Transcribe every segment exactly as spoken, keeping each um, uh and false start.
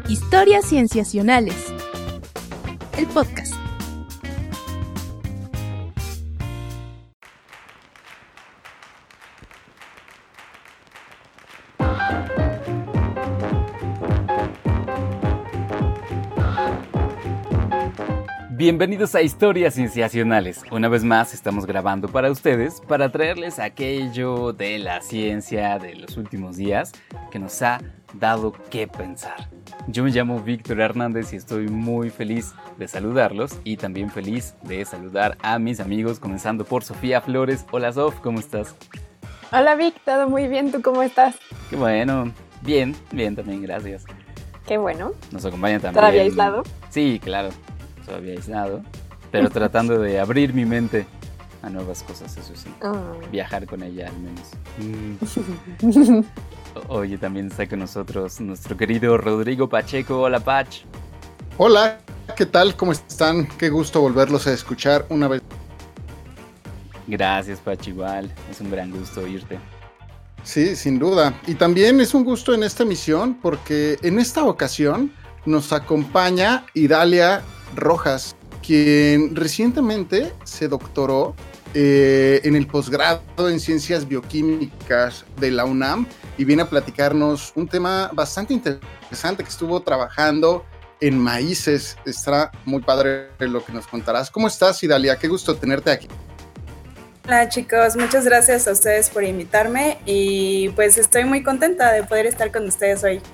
Historias Cienciacionales. El podcast. Bienvenidos a Historias Cienciacionales. Una vez más estamos grabando para ustedes para traerles aquello de la ciencia de los últimos días que nos ha dado qué pensar. Yo me llamo Víctor Hernández y estoy muy feliz de saludarlos y también feliz de saludar a mis amigos, comenzando por Sofía Flores. Hola Sof, ¿cómo estás? Hola Vic, todo muy bien, ¿tú cómo estás? Qué bueno, bien, bien también, gracias. Qué bueno. Nos acompaña también. ¿Todavía aislado? Sí, claro. Todavía aislado, pero tratando de abrir mi mente a nuevas cosas, eso sí. Oh. Viajar con ella al menos. Mm. Oye, también está con nosotros nuestro querido Rodrigo Pacheco. Hola, Pach. Hola, ¿qué tal? ¿Cómo están? Qué gusto volverlos a escuchar una vez. Gracias, Pach, igual. Es un gran gusto oírte. Sí, sin duda. Y también es un gusto en esta misión porque en esta ocasión nos acompaña Idalia Rojas, quien recientemente se doctoró eh, en el posgrado en Ciencias Bioquímicas de la UNAM y viene a platicarnos un tema bastante interesante que estuvo trabajando en maíces. Estará muy padre lo que nos contarás. ¿Cómo estás, Idalia? Qué gusto tenerte aquí. Hola chicos, muchas gracias a ustedes por invitarme y pues estoy muy contenta de poder estar con ustedes hoy.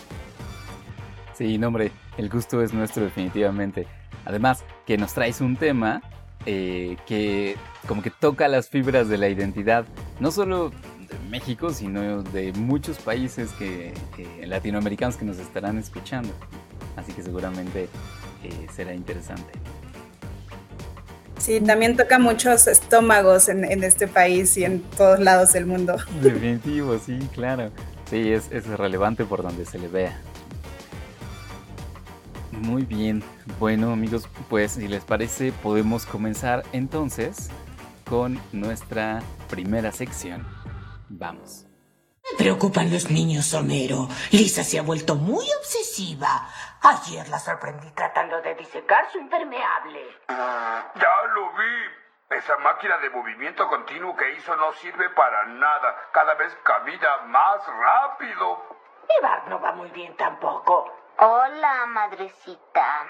Sí, no, hombre, el gusto es nuestro definitivamente. Además, que nos traes un tema eh, que como que toca las fibras de la identidad, no solo de México, sino de muchos países que, eh, latinoamericanos que nos estarán escuchando. Así que seguramente eh, será interesante. Sí, también toca muchos estómagos en, en este país y en todos lados del mundo. Definitivo, sí, claro. Sí, es, es relevante por donde se le vea. Muy bien, bueno amigos, pues si les parece podemos comenzar entonces con nuestra primera sección. Vamos. Me preocupan los niños, Homero. Lisa se ha vuelto muy obsesiva. Ayer la sorprendí tratando de disecar su impermeable. Uh, ya lo vi. Esa máquina de movimiento continuo que hizo no sirve para nada. Cada vez camina más rápido. Y Bart no va muy bien tampoco. Hola, madrecita.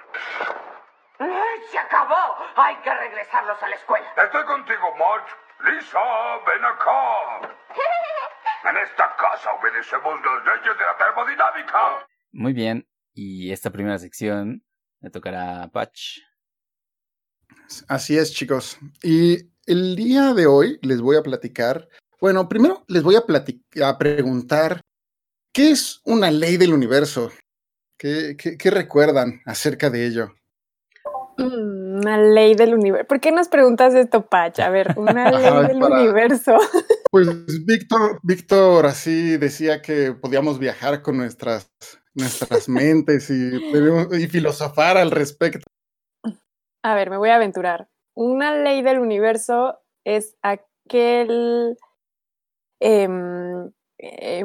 ¡Se acabó! Hay que regresarlos a la escuela. Estoy contigo, Marge. Lisa, ven acá. En esta casa obedecemos las leyes de la termodinámica. Muy bien, y esta primera sección le tocará a Patch. Así es, chicos. Y el día de hoy les voy a platicar. Bueno, primero les voy a, platic- a preguntar: ¿qué es una ley del universo? ¿Qué, qué, ¿Qué recuerdan acerca de ello? Una ley del universo. ¿Por qué nos preguntas esto, Pach? A ver, una ley Ajá, del para... universo. Pues Víctor, Víctor así decía que podíamos viajar con nuestras, nuestras mentes y, y filosofar al respecto. A ver, me voy a aventurar. Una ley del universo es aquel... Eh, eh,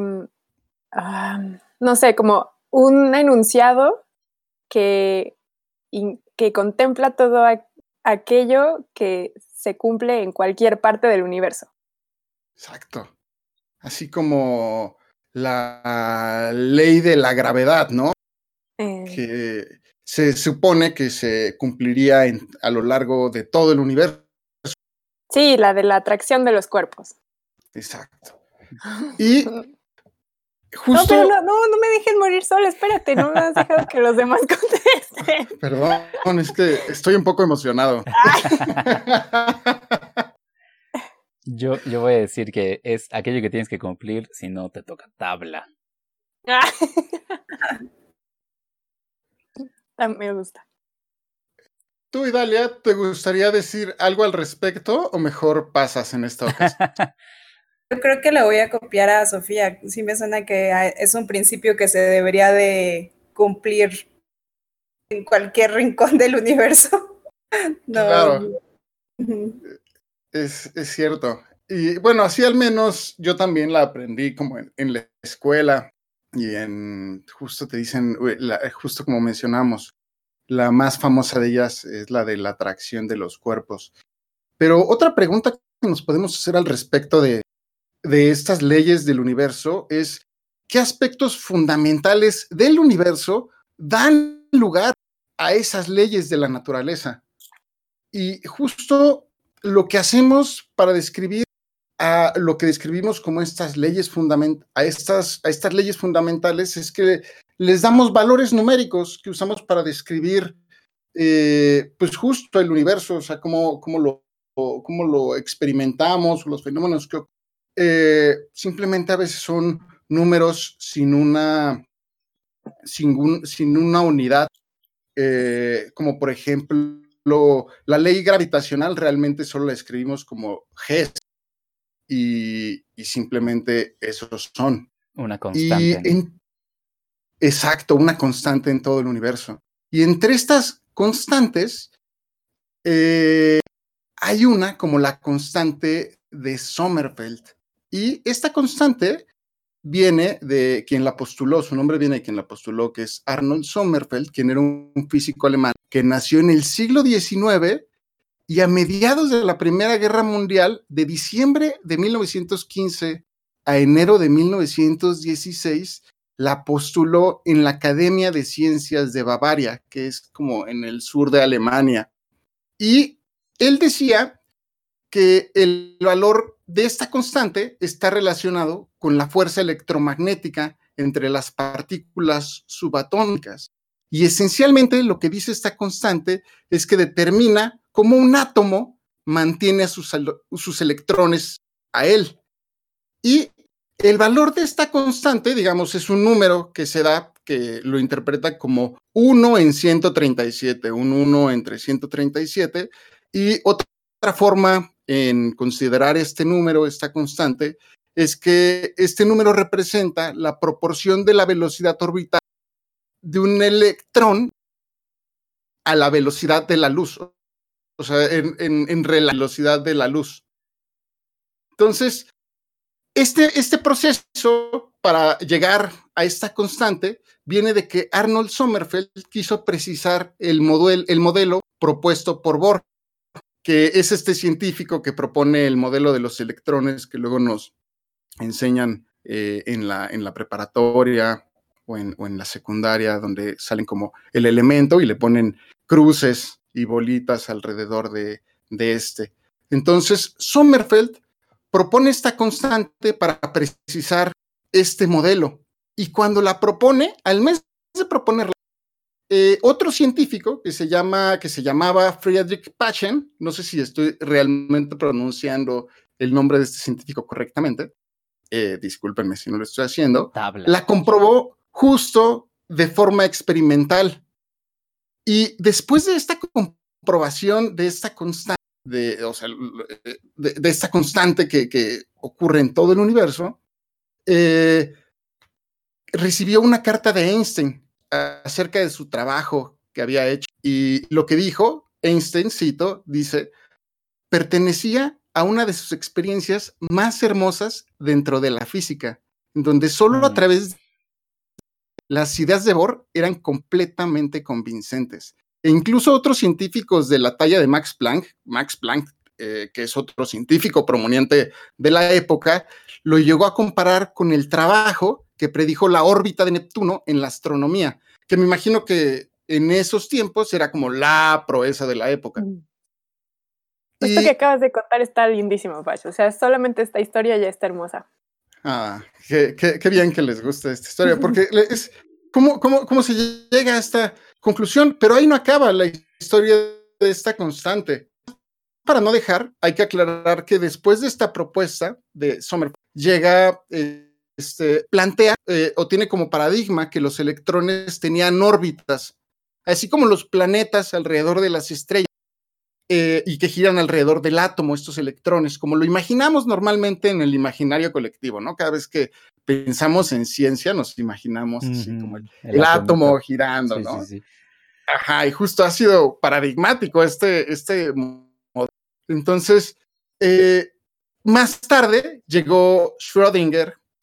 uh, no sé, como un enunciado que, in, que contempla todo a, aquello que se cumple en cualquier parte del universo. Exacto. Así como la ley de la gravedad, ¿no? Eh. Que se supone que se cumpliría en, a lo largo de todo el universo. Sí, la de la atracción de los cuerpos. Exacto. Y justo... No, pero no, no, no me dejes morir sola, espérate, no me has dejado que los demás contesten. Perdón, es que estoy un poco emocionado. yo, yo voy a decir que es aquello que tienes que cumplir si no te toca tabla. Me gusta. ¿Tú, Idalia, te gustaría decir algo al respecto o mejor pasas en esta ocasión? Yo creo que le voy a copiar a Sofía. Sí me suena que es un principio que se debería de cumplir en cualquier rincón del universo. No. Claro. Es, es cierto. Y bueno, así al menos yo también la aprendí como en, en la escuela. y en, justo te dicen, la, justo como mencionamos, la más famosa de ellas es la de la atracción de los cuerpos. Pero otra pregunta que nos podemos hacer al respecto de, de estas leyes del universo es, ¿qué aspectos fundamentales del universo dan lugar a esas leyes de la naturaleza? Y justo lo que hacemos para describir a lo que describimos como estas leyes fundament- a estas, a estas leyes fundamentales es que les damos valores numéricos que usamos para describir eh, pues justo el universo, o sea, cómo, cómo, lo, cómo lo experimentamos, los fenómenos que eh, simplemente a veces son números sin una, sin un, sin una unidad, eh, como por ejemplo la ley gravitacional realmente solo la escribimos como G. Y, y simplemente esos son. Una constante. Y en, exacto, una constante en todo el universo. Y entre estas constantes eh, hay una como la constante de Sommerfeld. Y esta constante viene de quien la postuló, su nombre viene de quien la postuló, que es Arnold Sommerfeld, quien era un físico alemán que nació en el siglo diecinueve. Y a mediados de la Primera Guerra Mundial, de diciembre de mil novecientos quince a enero de mil novecientos dieciséis, la postuló en la Academia de Ciencias de Bavaria, que es como en el sur de Alemania. Y él decía que el valor de esta constante está relacionado con la fuerza electromagnética entre las partículas subatómicas. Y esencialmente lo que dice esta constante es que determina cómo un átomo mantiene a sus, sus electrones a él. Y el valor de esta constante, digamos, es un número que se da, que lo interpreta como uno en ciento treinta y siete, un uno entre ciento treinta y siete. Y otra forma en considerar este número, esta constante, es que este número representa la proporción de la velocidad orbital de un electrón a la velocidad de la luz. O sea, en, en, en la velocidad de la luz. Entonces, este, este proceso para llegar a esta constante viene de que Arnold Sommerfeld quiso precisar el, model, el modelo propuesto por Bohr, que es este científico que propone el modelo de los electrones que luego nos enseñan eh, en, la, en la preparatoria o en, o en la secundaria, donde salen como el elemento y le ponen cruces y bolitas alrededor de, de este. Entonces, Sommerfeld propone esta constante para precisar este modelo. Y cuando la propone, al mes de proponerla, eh, otro científico que se, llama, que se llamaba Friedrich Paschen, no sé si estoy realmente pronunciando el nombre de este científico correctamente, eh, discúlpenme si no lo estoy haciendo, Tabla. La comprobó justo de forma experimental. Y después de esta comprobación de esta constante, de, o sea, de, de esta constante que, que ocurre en todo el universo, eh, recibió una carta de Einstein acerca de su trabajo que había hecho. Y lo que dijo, Einstein, cito, dice, pertenecía a una de sus experiencias más hermosas dentro de la física, donde solo mm. a través de las ideas de Bohr eran completamente convincentes. E incluso otros científicos de la talla de Max Planck, Max Planck, eh, que es otro científico prominente de la época, lo llegó a comparar con el trabajo que predijo la órbita de Neptuno en la astronomía, que me imagino que en esos tiempos era como la proeza de la época. Mm. Esto y... que acabas de contar está lindísimo, Pacho. O sea, solamente esta historia ya está hermosa. Ah, qué, qué, qué bien que les gusta esta historia, porque es cómo, cómo, cómo se llega a esta conclusión, pero ahí no acaba la historia de esta constante. Para no dejar, hay que aclarar que después de esta propuesta de Sommerfeld, llega, eh, este, plantea eh, o tiene como paradigma que los electrones tenían órbitas, así como los planetas alrededor de las estrellas. Eh, y que giran alrededor del átomo, estos electrones, como lo imaginamos normalmente en el imaginario colectivo, ¿no? Cada vez que pensamos en ciencia, nos imaginamos uh-huh. así como el, el, el átomo girando, sí, ¿no? Sí, sí. Ajá, y justo ha sido paradigmático este, este modelo. Entonces, eh, más tarde llegó Schrödinger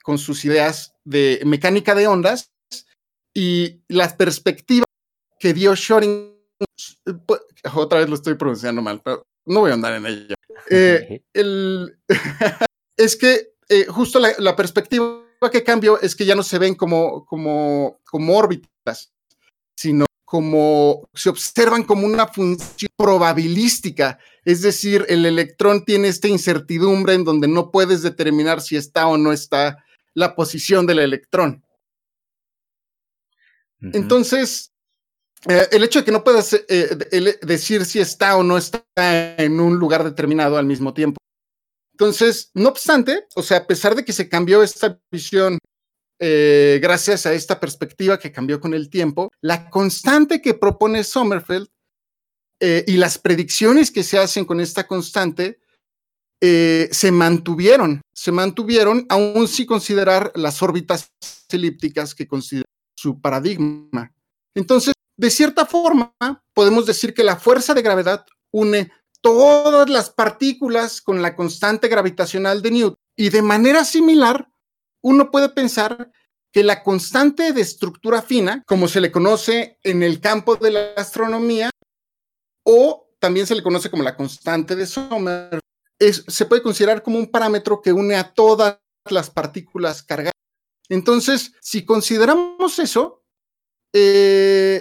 con sus ideas de mecánica de ondas y la perspectiva que dio Schrödinger, otra vez lo estoy pronunciando mal, pero no voy a andar en ello. Eh, el, es que eh, justo la, la perspectiva que cambió es que ya no se ven como, como, como órbitas, sino como se observan como una función probabilística, es decir, el electrón tiene esta incertidumbre en donde no puedes determinar si está o no está la posición del electrón. Uh-huh. Entonces, eh, el hecho de que no puedas eh, el, decir si está o no está en un lugar determinado al mismo tiempo. Entonces, no obstante, o sea, a pesar de que se cambió esta visión Eh, gracias a esta perspectiva que cambió con el tiempo, la constante que propone Sommerfeld eh, y las predicciones que se hacen con esta constante eh, se mantuvieron, se mantuvieron aún sin considerar las órbitas elípticas que considera su paradigma. Entonces, de cierta forma, podemos decir que la fuerza de gravedad une todas las partículas con la constante gravitacional de Newton y de manera similar uno puede pensar que la constante de estructura fina, como se le conoce en el campo de la astronomía, o también se le conoce como la constante de Sommerfeld, es, se puede considerar como un parámetro que une a todas las partículas cargadas. Entonces, si consideramos eso, eh,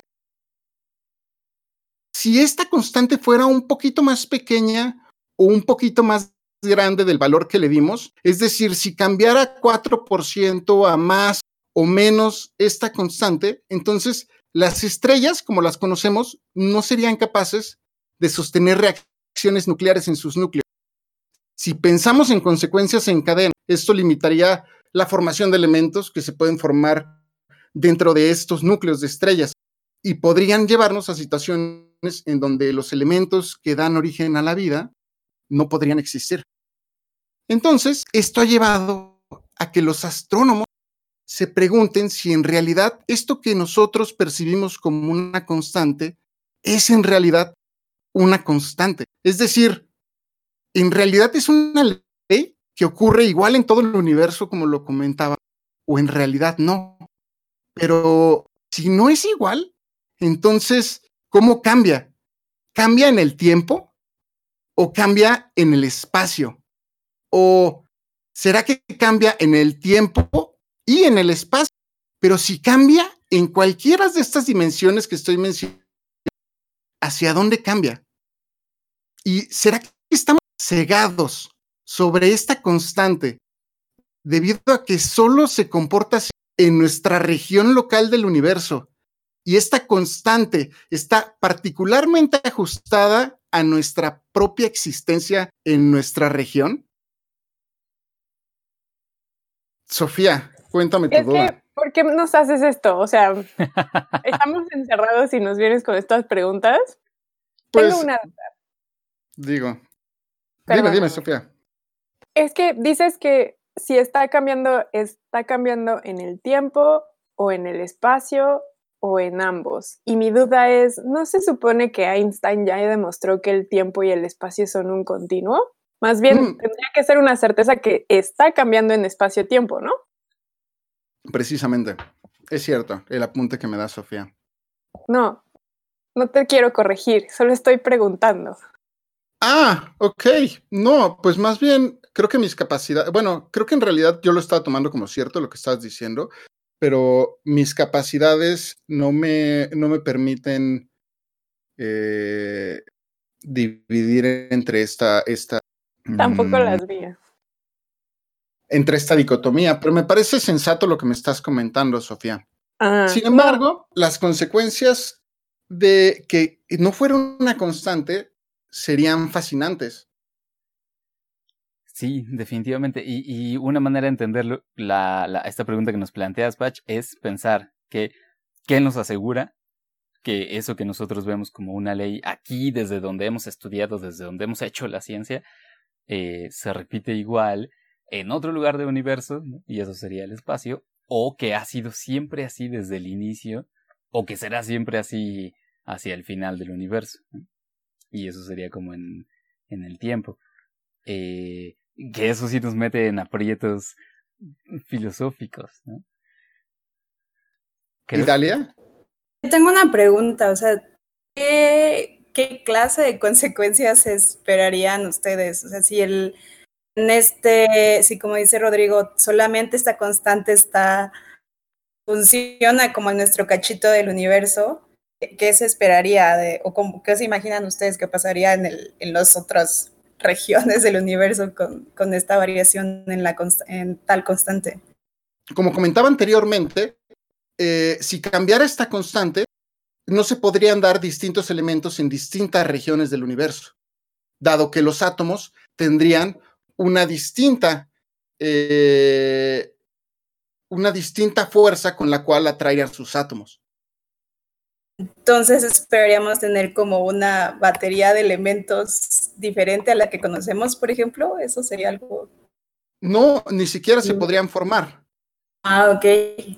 si esta constante fuera un poquito más pequeña o un poquito más grande del valor que le dimos, es decir, si cambiara cuatro por ciento a más o menos esta constante, entonces las estrellas, como las conocemos, no serían capaces de sostener reacciones nucleares en sus núcleos. Si pensamos en consecuencias en cadena, esto limitaría la formación de elementos que se pueden formar dentro de estos núcleos de estrellas y podrían llevarnos a situaciones en donde los elementos que dan origen a la vida no podrían existir. Entonces, esto ha llevado a que los astrónomos se pregunten si en realidad esto que nosotros percibimos como una constante es en realidad una constante. Es decir, en realidad es una ley que ocurre igual en todo el universo, como lo comentaba, o en realidad no. Pero si no es igual, entonces, ¿cómo cambia? ¿Cambia en el tiempo o cambia en el espacio? ¿O será que cambia en el tiempo y en el espacio? Pero si cambia en cualquiera de estas dimensiones que estoy mencionando, ¿hacia dónde cambia? ¿Y será que estamos cegados sobre esta constante debido a que solo se comporta así en nuestra región local del universo? Y esta constante está particularmente ajustada a nuestra propia existencia en nuestra región. Sofía, cuéntame tu es duda. Que, ¿por qué nos haces esto? O sea, estamos encerrados y nos vienes con estas preguntas. Pues, Tengo una duda. Digo. Perdón. Dime, dime, Sofía. Es que dices que si está cambiando, está cambiando en el tiempo o en el espacio o en ambos. Y mi duda es, ¿no se supone que Einstein ya demostró que el tiempo y el espacio son un continuo? Más bien, mm. tendría que ser una certeza que está cambiando en espacio-tiempo, ¿no? Precisamente. Es cierto, el apunte que me da Sofía. No, no te quiero corregir, solo estoy preguntando. Ah, ok. No, pues más bien creo que mis capacidades, bueno, creo que en realidad yo lo estaba tomando como cierto lo que estabas diciendo, pero mis capacidades no me, no me permiten eh, dividir entre esta, esta Tampoco mmm, las mías. Entre esta dicotomía, pero me parece sensato lo que me estás comentando, Sofía. Ah, Sin embargo, no. Las consecuencias de que no fuera una constante serían fascinantes. Sí, definitivamente. Y, y una manera de entenderlo, la, la, esta pregunta que nos planteas, Patch, es pensar que ¿qué nos asegura que eso que nosotros vemos como una ley aquí, desde donde hemos estudiado, desde donde hemos hecho la ciencia, eh, se repite igual en otro lugar del universo, ¿no? Y eso sería el espacio, o que ha sido siempre así desde el inicio, o que será siempre así hacia el final del universo, ¿no? Y eso sería como en, en el tiempo. Eh, que eso sí nos mete en aprietos filosóficos, ¿no? ¿Y Dalia? Tengo una pregunta, o sea, ¿qué, qué clase de consecuencias esperarían ustedes? O sea, si el, en este, si como dice Rodrigo, solamente esta constante está, funciona como nuestro cachito del universo, ¿qué se esperaría de, o cómo, qué se imaginan ustedes que pasaría en, el, en las otras regiones del universo con, con esta variación en, la const, en tal constante? Como comentaba anteriormente, eh, si cambiara esta constante, no se podrían dar distintos elementos en distintas regiones del universo, dado que los átomos tendrían una distinta, eh, una distinta fuerza con la cual atraerían sus átomos. Entonces esperaríamos tener como una batería de elementos diferente a la que conocemos, por ejemplo. ¿Eso sería algo? No, ni siquiera se podrían formar. Ah, ok.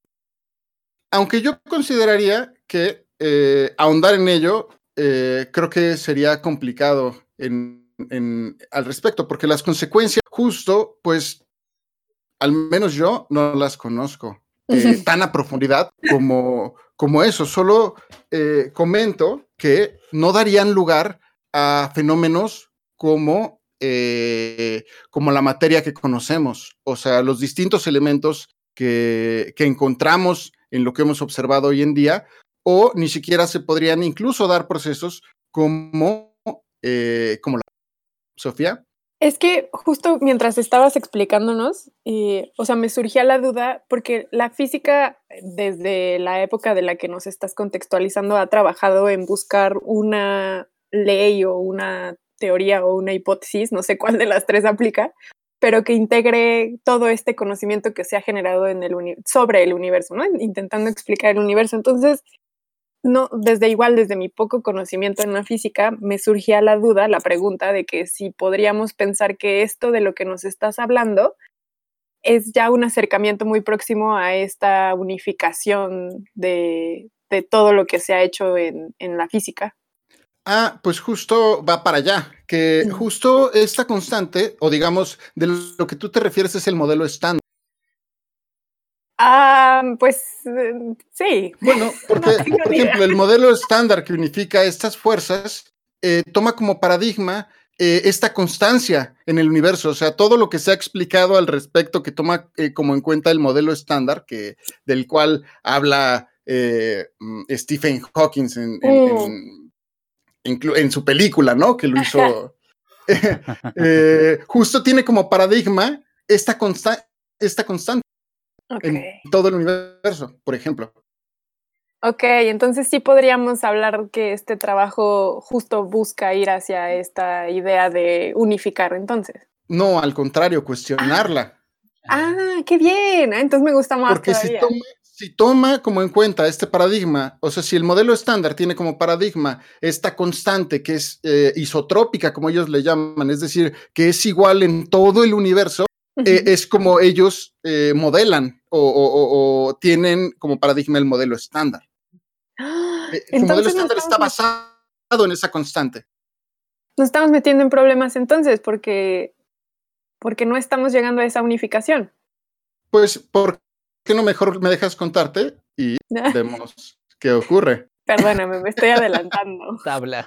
Aunque yo consideraría que eh, ahondar en ello, eh, creo que sería complicado en, en, al respecto, porque las consecuencias, justo, pues, al menos yo no las conozco eh, tan a profundidad como, como eso. Solo eh, comento que no darían lugar a fenómenos como, eh, como la materia que conocemos. O sea, los distintos elementos que, que encontramos en lo que hemos observado hoy en día, o ni siquiera se podrían incluso dar procesos como, eh, como la... ¿Sofía? Es que justo mientras estabas explicándonos, eh, o sea, me surgía la duda, porque la física, desde la época de la que nos estás contextualizando, ha trabajado en buscar una ley o una teoría o una hipótesis, no sé cuál de las tres aplica, pero que integre todo este conocimiento que se ha generado en el uni- sobre el universo, ¿no? Intentando explicar el universo. Entonces, no, desde igual, desde mi poco conocimiento en la física, me surgía la duda, la pregunta de que si podríamos pensar que esto de lo que nos estás hablando es ya un acercamiento muy próximo a esta unificación de, de todo lo que se ha hecho en, en la física. Ah, pues justo va para allá, que justo esta constante, o digamos, de lo que tú te refieres es el modelo estándar. Ah, pues eh, sí. Bueno, porque, No por ejemplo, el modelo estándar que unifica estas fuerzas eh, toma como paradigma eh, esta constancia en el universo, o sea, todo lo que se ha explicado al respecto que toma eh, como en cuenta el modelo estándar, que, del cual habla eh, Stephen Hawking en, en, Mm. en en su película, ¿no? Que lo hizo. eh, justo tiene como paradigma esta, consta esta constante okay. en todo el universo, por ejemplo. Ok, entonces sí podríamos hablar que este trabajo justo busca ir hacia esta idea de unificar, entonces. No, al contrario, cuestionarla. Ah, ah qué bien. Entonces me gusta más Porque todavía. si toma, si toma como en cuenta este paradigma, o sea, si el modelo estándar tiene como paradigma esta constante que es eh, isotrópica, como ellos le llaman, es decir, que es igual en todo el universo, uh-huh. eh, es como ellos eh, modelan o, o, o, o tienen como paradigma el modelo estándar. Ah, eh, el modelo estándar está basado en esa constante. Nos estamos metiendo en problemas entonces porque, porque no estamos llegando a esa unificación. Pues, ¿por qué no mejor me dejas contarte y vemos qué ocurre? Perdóname, me estoy adelantando. Tabla.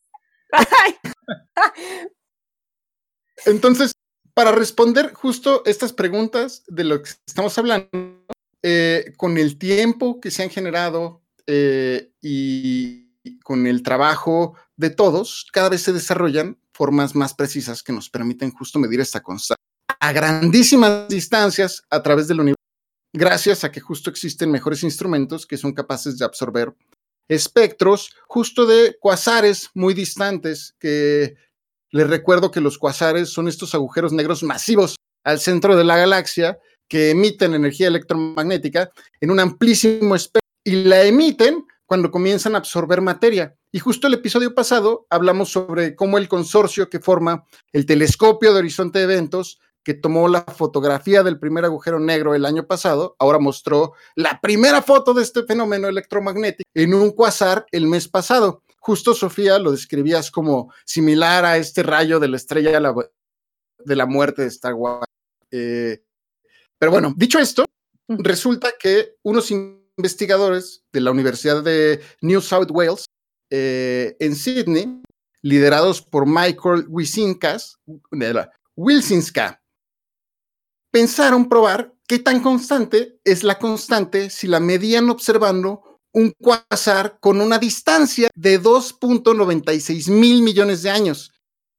Entonces, para responder justo estas preguntas de lo que estamos hablando, eh, con el tiempo que se han generado eh, y con el trabajo de todos, cada vez se desarrollan formas más precisas que nos permiten justo medir esta constante a grandísimas distancias a través del universo, gracias a que justo existen mejores instrumentos que son capaces de absorber espectros justo de cuasares muy distantes, que les recuerdo que los cuasares son estos agujeros negros masivos al centro de la galaxia que emiten energía electromagnética en un amplísimo espectro y la emiten cuando comienzan a absorber materia. Y justo el episodio pasado hablamos sobre cómo el consorcio que forma el telescopio de horizonte de eventos, que tomó la fotografía del primer agujero negro el año pasado, ahora mostró la primera foto de este fenómeno electromagnético en un cuasar el mes pasado. Justo, Sofía, lo describías como similar a este rayo de la estrella de la, de la muerte de Star Wars. Eh, Pero bueno, dicho esto, resulta que unos investigadores de la Universidad de New South Wales eh, en Sydney, liderados por Michael Wilsinska, Wilsinska, pensaron probar qué tan constante es la constante si la medían observando un cuásar con una distancia de dos punto noventa y seis mil millones de años.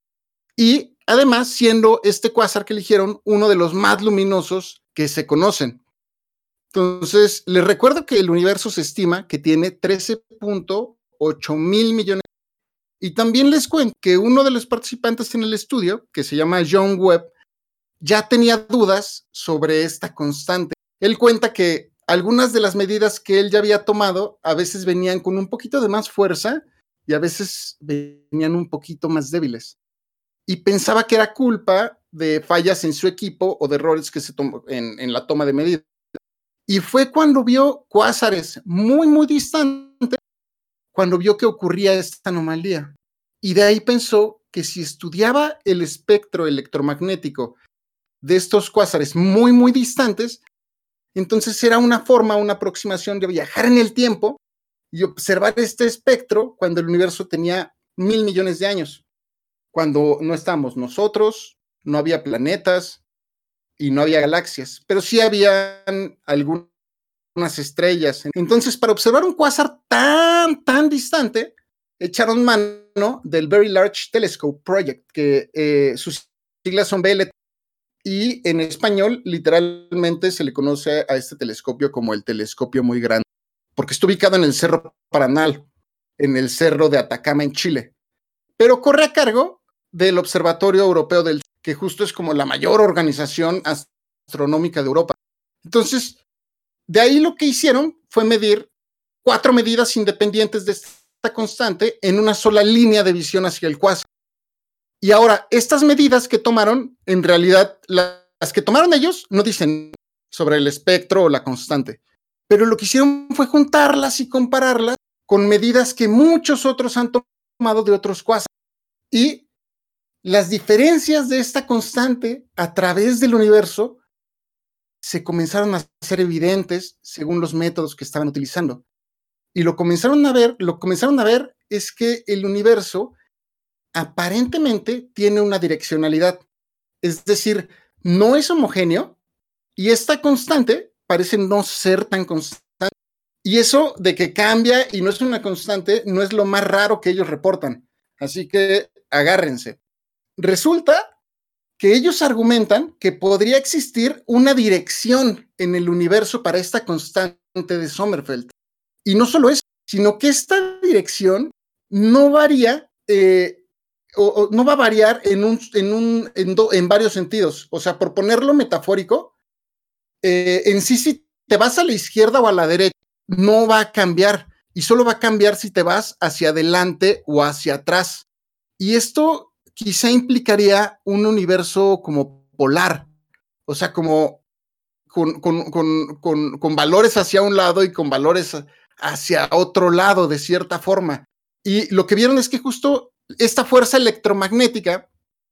Y además, siendo este cuásar que eligieron uno de los más luminosos que se conocen. Entonces, les recuerdo que el universo se estima que tiene trece punto ocho mil millones. Y también les cuento que uno de los participantes en el estudio, que se llama John Webb, ya tenía dudas sobre esta constante. Él cuenta que algunas de las medidas que él ya había tomado a veces venían con un poquito de más fuerza y a veces venían un poquito más débiles. Y pensaba que era culpa de fallas en su equipo o de errores que se tomó en, en la toma de medidas. Y fue cuando vio cuásares muy, muy distantes, cuando vio que ocurría esta anomalía. Y de ahí pensó que si estudiaba el espectro electromagnético de estos cuásares muy, muy distantes, entonces era una forma, una aproximación de viajar en el tiempo y observar este espectro cuando el universo tenía mil millones de años, cuando no estábamos nosotros, no había planetas y no había galaxias, pero sí habían algunas estrellas. Entonces, para observar un cuásar tan, tan distante, echaron mano del Very Large Telescope Project, que eh, sus siglas son B L T. Y en español, literalmente, se le conoce a este telescopio como el telescopio muy grande, porque está ubicado en el Cerro Paranal, en el Cerro de Atacama, en Chile. Pero corre a cargo del Observatorio Europeo del Sur, que justo es como la mayor organización astronómica de Europa. Entonces, de ahí lo que hicieron fue medir cuatro medidas independientes de esta constante en una sola línea de visión hacia el cuásar. Y ahora, estas medidas que tomaron, en realidad, las que tomaron ellos no dicen sobre el espectro o la constante, pero lo que hicieron fue juntarlas y compararlas con medidas que muchos otros han tomado de otros cuásares. Y las diferencias de esta constante a través del universo se comenzaron a hacer evidentes según los métodos que estaban utilizando. Y lo comenzaron a ver, lo comenzaron a ver es que el universo aparentemente tiene una direccionalidad, es decir, no es homogéneo y esta constante parece no ser tan constante. Y eso de que cambia y no es una constante no es lo más raro que ellos reportan. Así que agárrense. Resulta que ellos argumentan que podría existir una dirección en el universo para esta constante de Sommerfeld. Y no solo eso, sino que esta dirección no varía eh, O, o no va a variar en, un, en, un, en, do, en varios sentidos. O sea, por ponerlo metafórico, eh, en sí, si te vas a la izquierda o a la derecha, no va a cambiar. Y solo va a cambiar si te vas hacia adelante o hacia atrás. Y esto quizá implicaría un universo como polar. O sea, como con, con, con, con, con valores hacia un lado y con valores hacia otro lado, de cierta forma. Y lo que vieron es que justo esta fuerza electromagnética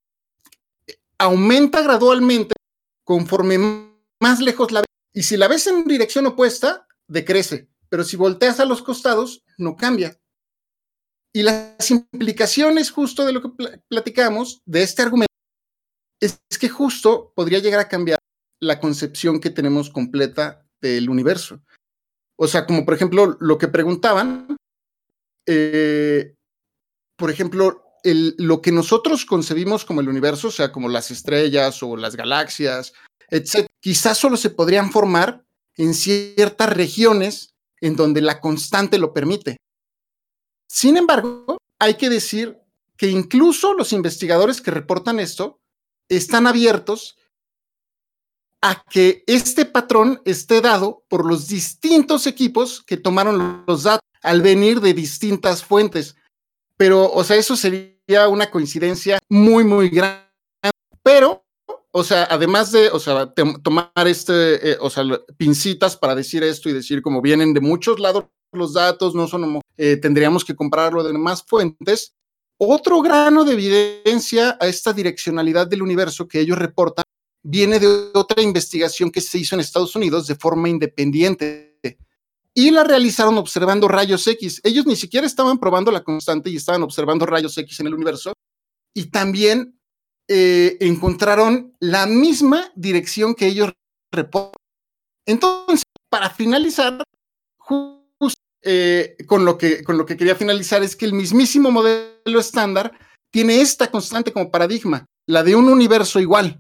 aumenta gradualmente conforme más lejos la ves. Y si la ves en dirección opuesta, decrece. Pero si volteas a los costados, no cambia. Y las implicaciones justo de lo que pl- platicamos, de este argumento, es que justo podría llegar a cambiar la concepción que tenemos completa del universo. O sea, como por ejemplo, lo que preguntaban, eh, por ejemplo, el, lo que nosotros concebimos como el universo, o sea, como las estrellas o las galaxias, etcétera, quizás solo se podrían formar en ciertas regiones en donde la constante lo permite. Sin embargo, hay que decir que incluso los investigadores que reportan esto están abiertos a que este patrón esté dado por los distintos equipos que tomaron los datos al venir de distintas fuentes. Pero, o sea, eso sería una coincidencia muy, muy grande. Pero, o sea, además de, o sea, te, tomar este, eh, o sea, pincitas para decir esto y decir como vienen de muchos lados los datos, no son, eh, tendríamos que compararlo de demás fuentes. Otro grano de evidencia a esta direccionalidad del universo que ellos reportan viene de otra investigación que se hizo en Estados Unidos de forma independiente y la realizaron observando rayos X. Ellos ni siquiera estaban probando la constante y estaban observando rayos X en el universo y también eh, encontraron la misma dirección que ellos reportan. Entonces, para finalizar, justo eh, con, lo que, con lo que quería finalizar es que el mismísimo modelo estándar tiene esta constante como paradigma, la de un universo igual,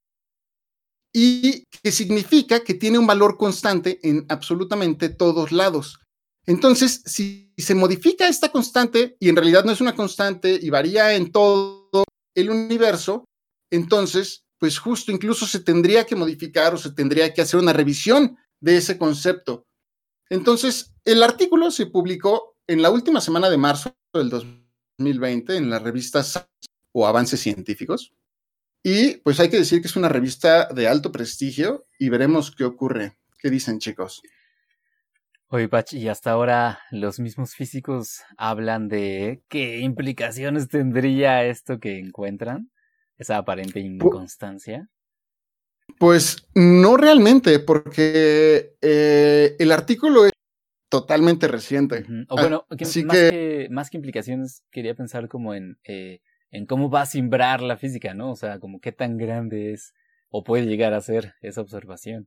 y que significa que tiene un valor constante en absolutamente todos lados. Entonces, si se modifica esta constante, y en realidad no es una constante y varía en todo el universo, entonces, pues justo incluso se tendría que modificar o se tendría que hacer una revisión de ese concepto. Entonces, el artículo se publicó en la última semana de marzo del dos mil veinte en la revista Science o Avances Científicos. Y pues hay que decir que es una revista de alto prestigio y veremos qué ocurre. ¿Qué dicen, chicos? Oye, Pach, y hasta ahora los mismos físicos hablan de qué implicaciones tendría esto que encuentran, esa aparente inconstancia. Pues no realmente, porque eh, el artículo es totalmente reciente. Uh-huh. O bueno, que, Así más, que... que, más que implicaciones, quería pensar como en, eh, en cómo va a simbrar la física, ¿no? O sea, como qué tan grande es o puede llegar a ser esa observación.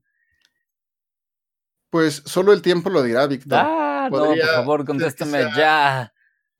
Pues solo el tiempo lo dirá, Víctor. Ah, no, por favor, contéstame sea... ya.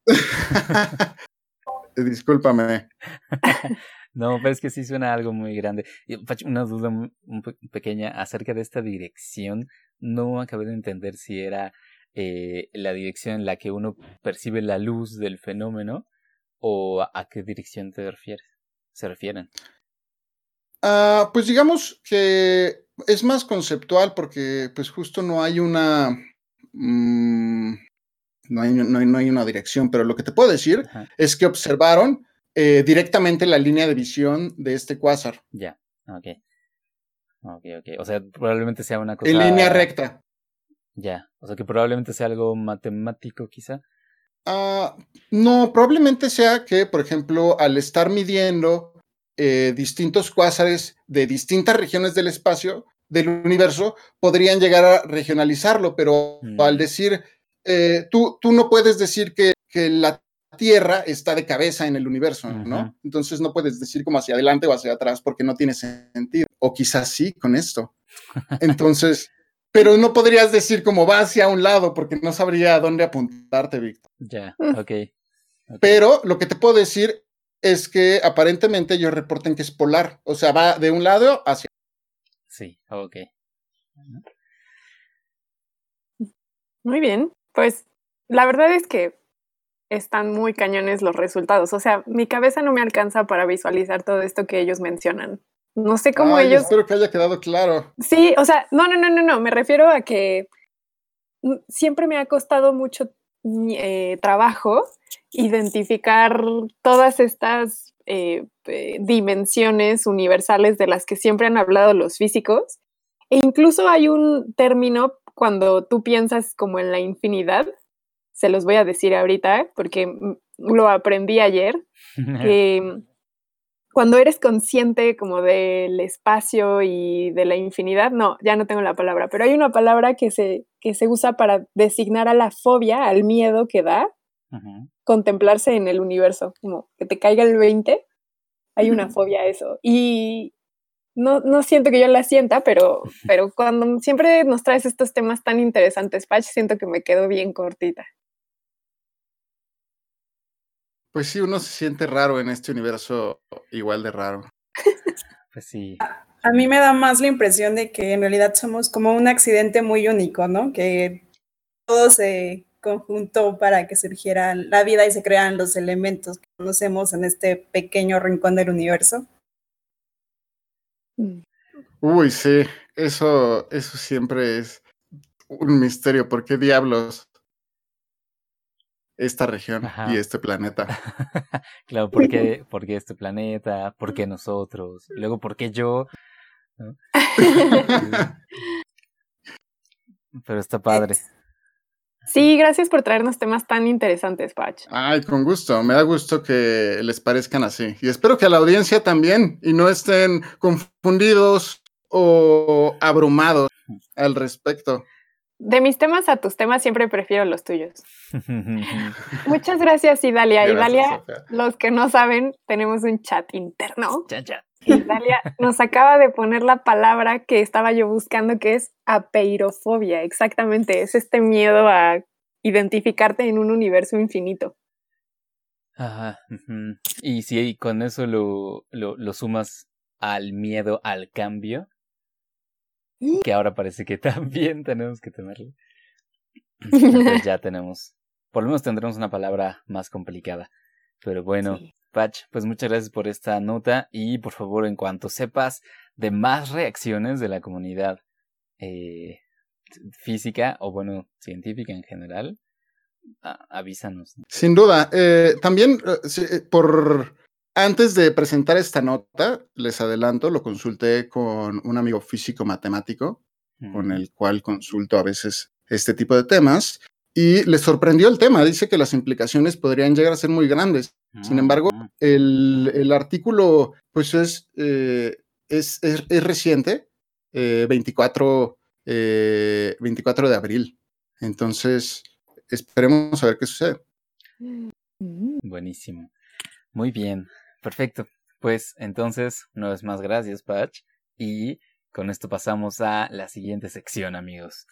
Discúlpame. No, pero es que sí suena algo muy grande. Una duda muy, muy pequeña acerca de esta dirección. No acabé de entender si era eh, la dirección en la que uno percibe la luz del fenómeno o a, a qué dirección te refieres, se refieren. Uh, pues digamos que es más conceptual porque pues justo no hay una mmm, no, hay, no, hay, no hay una dirección, pero lo que te puedo decir Ajá. es que observaron eh, directamente la línea de visión de este cuásar. Ya, yeah. ok. Ok, ok. O sea, probablemente sea una cosa... En línea recta. Ya, yeah. O sea que probablemente sea algo matemático quizá. Uh, no, probablemente sea que, por ejemplo, al estar midiendo Eh, distintos cuásares de distintas regiones del espacio, del universo, podrían llegar a regionalizarlo, pero mm. al decir, eh, tú, tú no puedes decir que, que la Tierra está de cabeza en el universo, uh-huh. ¿no? Entonces no puedes decir como hacia adelante o hacia atrás porque no tiene sentido. O quizás sí con esto. Entonces, pero no podrías decir como va hacia un lado porque no sabría a dónde apuntarte, Víctor. Ya, yeah. okay. ok. Pero lo que te puedo decir es que aparentemente ellos reportan que es polar, o sea, va de un lado hacia... Sí, ok. Muy bien, pues la verdad es que están muy cañones los resultados, o sea, mi cabeza no me alcanza para visualizar todo esto que ellos mencionan. No sé cómo Ay, ellos... espero que haya quedado claro. Sí, o sea, no, no, no, no, no, me refiero a que siempre me ha costado mucho eh, trabajo identificar todas estas eh, eh, dimensiones universales de las que siempre han hablado los físicos. E incluso hay un término cuando tú piensas como en la infinidad, se los voy a decir ahorita porque lo aprendí ayer, que cuando eres consciente como del espacio y de la infinidad, no, ya no tengo la palabra, pero hay una palabra que se, que se usa para designar a la fobia, al miedo que da, uh-huh. contemplarse en el universo, como que te caiga el veinte, hay una fobia a eso. Y no, no siento que yo la sienta, pero, pero cuando siempre nos traes estos temas tan interesantes, Patch, siento que me quedo bien cortita. Pues sí, uno se siente raro en este universo igual de raro. Pues sí. A, a mí me da más la impresión de que en realidad somos como un accidente muy único, ¿no? Que todo se conjuntó para que surgiera la vida y se crearan los elementos que conocemos en este pequeño rincón del universo. Uy, sí, eso, eso siempre es un misterio. ¿Por qué diablos esta región Ajá. y este planeta? Claro, ¿por qué, ¿por qué este planeta? ¿Por qué nosotros? Y luego, ¿por qué yo? ¿No? Pero está padre. Sí, gracias por traernos temas tan interesantes, Patch. Ay, con gusto. Me da gusto que les parezcan así. Y espero que a la audiencia también, y no estén confundidos o abrumados al respecto. De mis temas a tus temas siempre prefiero los tuyos. Muchas gracias, Idalia. Gracias, Idalia, Sofía. los que no saben, tenemos un chat interno. Chan, chan. Idalia nos acaba de poner la palabra que estaba yo buscando, que es apeirofobia. Exactamente, es este miedo a identificarte en un universo infinito. Ajá. ujú. Y si con eso lo, lo, lo sumas al miedo al cambio, que ahora parece que también tenemos que tenerlo, entonces ya tenemos, por lo menos tendremos una palabra más complicada. Pero bueno, Sí. Patch, pues muchas gracias por esta nota y por favor, en cuanto sepas de más reacciones de la comunidad eh, física o bueno, científica en general, a- avísanos. Sin duda. Eh, también, eh, sí, eh, por antes de presentar esta nota, les adelanto, lo consulté con un amigo físico matemático, con el cual consulto a veces este tipo de temas, y le sorprendió el tema. Dice que las implicaciones podrían llegar a ser muy grandes. Sin embargo, Ujú. el, el artículo, pues es, eh, es, es, es reciente, eh, veinticuatro, eh, veinticuatro de abril. Entonces, esperemos a ver qué sucede. Buenísimo. Muy bien. Perfecto. Pues entonces, una vez más, gracias, Patch. Y con esto pasamos a la siguiente sección, amigos.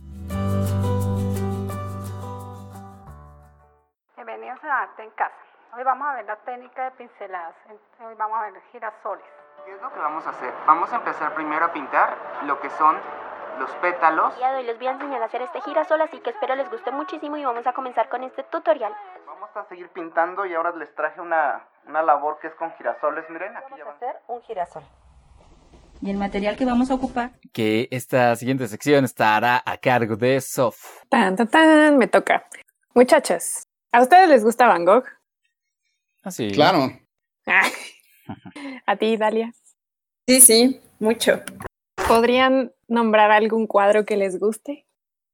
Bienvenidos a Arte en Casa. Hoy vamos a ver la técnica de pinceladas. Hoy vamos a ver girasoles. ¿Qué es lo que vamos a hacer? Vamos a empezar primero a pintar lo que son los pétalos. Ya hoy les voy a enseñar a hacer este girasol, así que espero les guste muchísimo y vamos a comenzar con este tutorial. Vamos a seguir pintando y ahora les traje una, una labor que es con girasoles. Miren, aquí ya Vamos a van. hacer un girasol. Y el material que vamos a ocupar. Que esta siguiente sección estará a cargo de Sof. Tan, tan, tan, me toca. Muchachos, ¿a ustedes les gusta Van Gogh? Ah, sí. Claro. Ah. ¿A ti, Dalia? Sí, sí, mucho. ¿Podrían nombrar algún cuadro que les guste?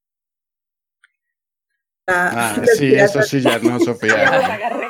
Ah, sí, eso sí, ya no, Ya los Sofía. agarré.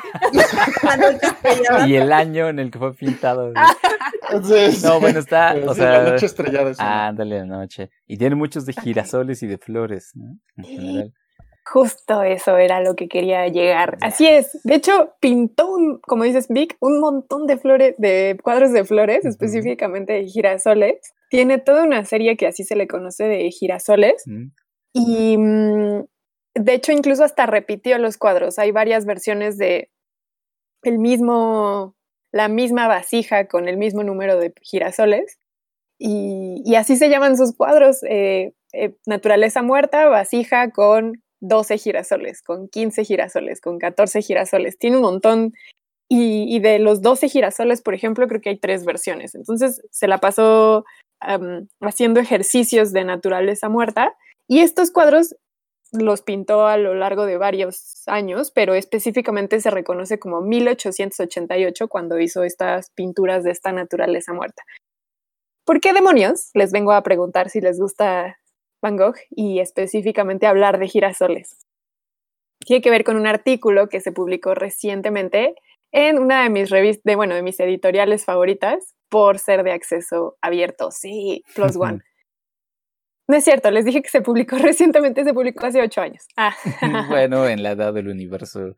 Y el año en el que fue pintado. Sí, sí. No, bueno, está, Pero o sí, sea, la noche estrellada. sí. ándale la noche. Y tiene muchos de girasoles y de flores, ¿no? En general. Justo eso era lo que quería llegar. Así es. De hecho, pintó, un, como dices, Vic, un montón de flores, de cuadros de flores, Ujú. específicamente de girasoles. Tiene toda una serie que así se le conoce de girasoles. Mm. Y mm, de hecho, incluso hasta repitió los cuadros. Hay varias versiones de el mismo, la misma vasija con el mismo número de girasoles. Y, y así se llaman sus cuadros. Eh, eh, naturaleza muerta, vasija con doce girasoles, con quince girasoles, con catorce girasoles. Tiene un montón. Y, y de los doce girasoles, por ejemplo, creo que hay tres versiones. Entonces se la pasó um, haciendo ejercicios de naturaleza muerta. Y estos cuadros los pintó a lo largo de varios años, pero específicamente se reconoce como mil ochocientos ochenta y ocho cuando hizo estas pinturas de esta naturaleza muerta. ¿Por qué demonios? Les vengo a preguntar si les gusta Van Gogh y específicamente hablar de girasoles. Tiene que ver con un artículo que se publicó recientemente en una de mis revistas, de, bueno, de mis editoriales favoritas, por ser de acceso abierto. Sí, Plus One. No es cierto, les dije que se publicó recientemente, se publicó hace ocho años. Ah. Bueno, en la edad del universo.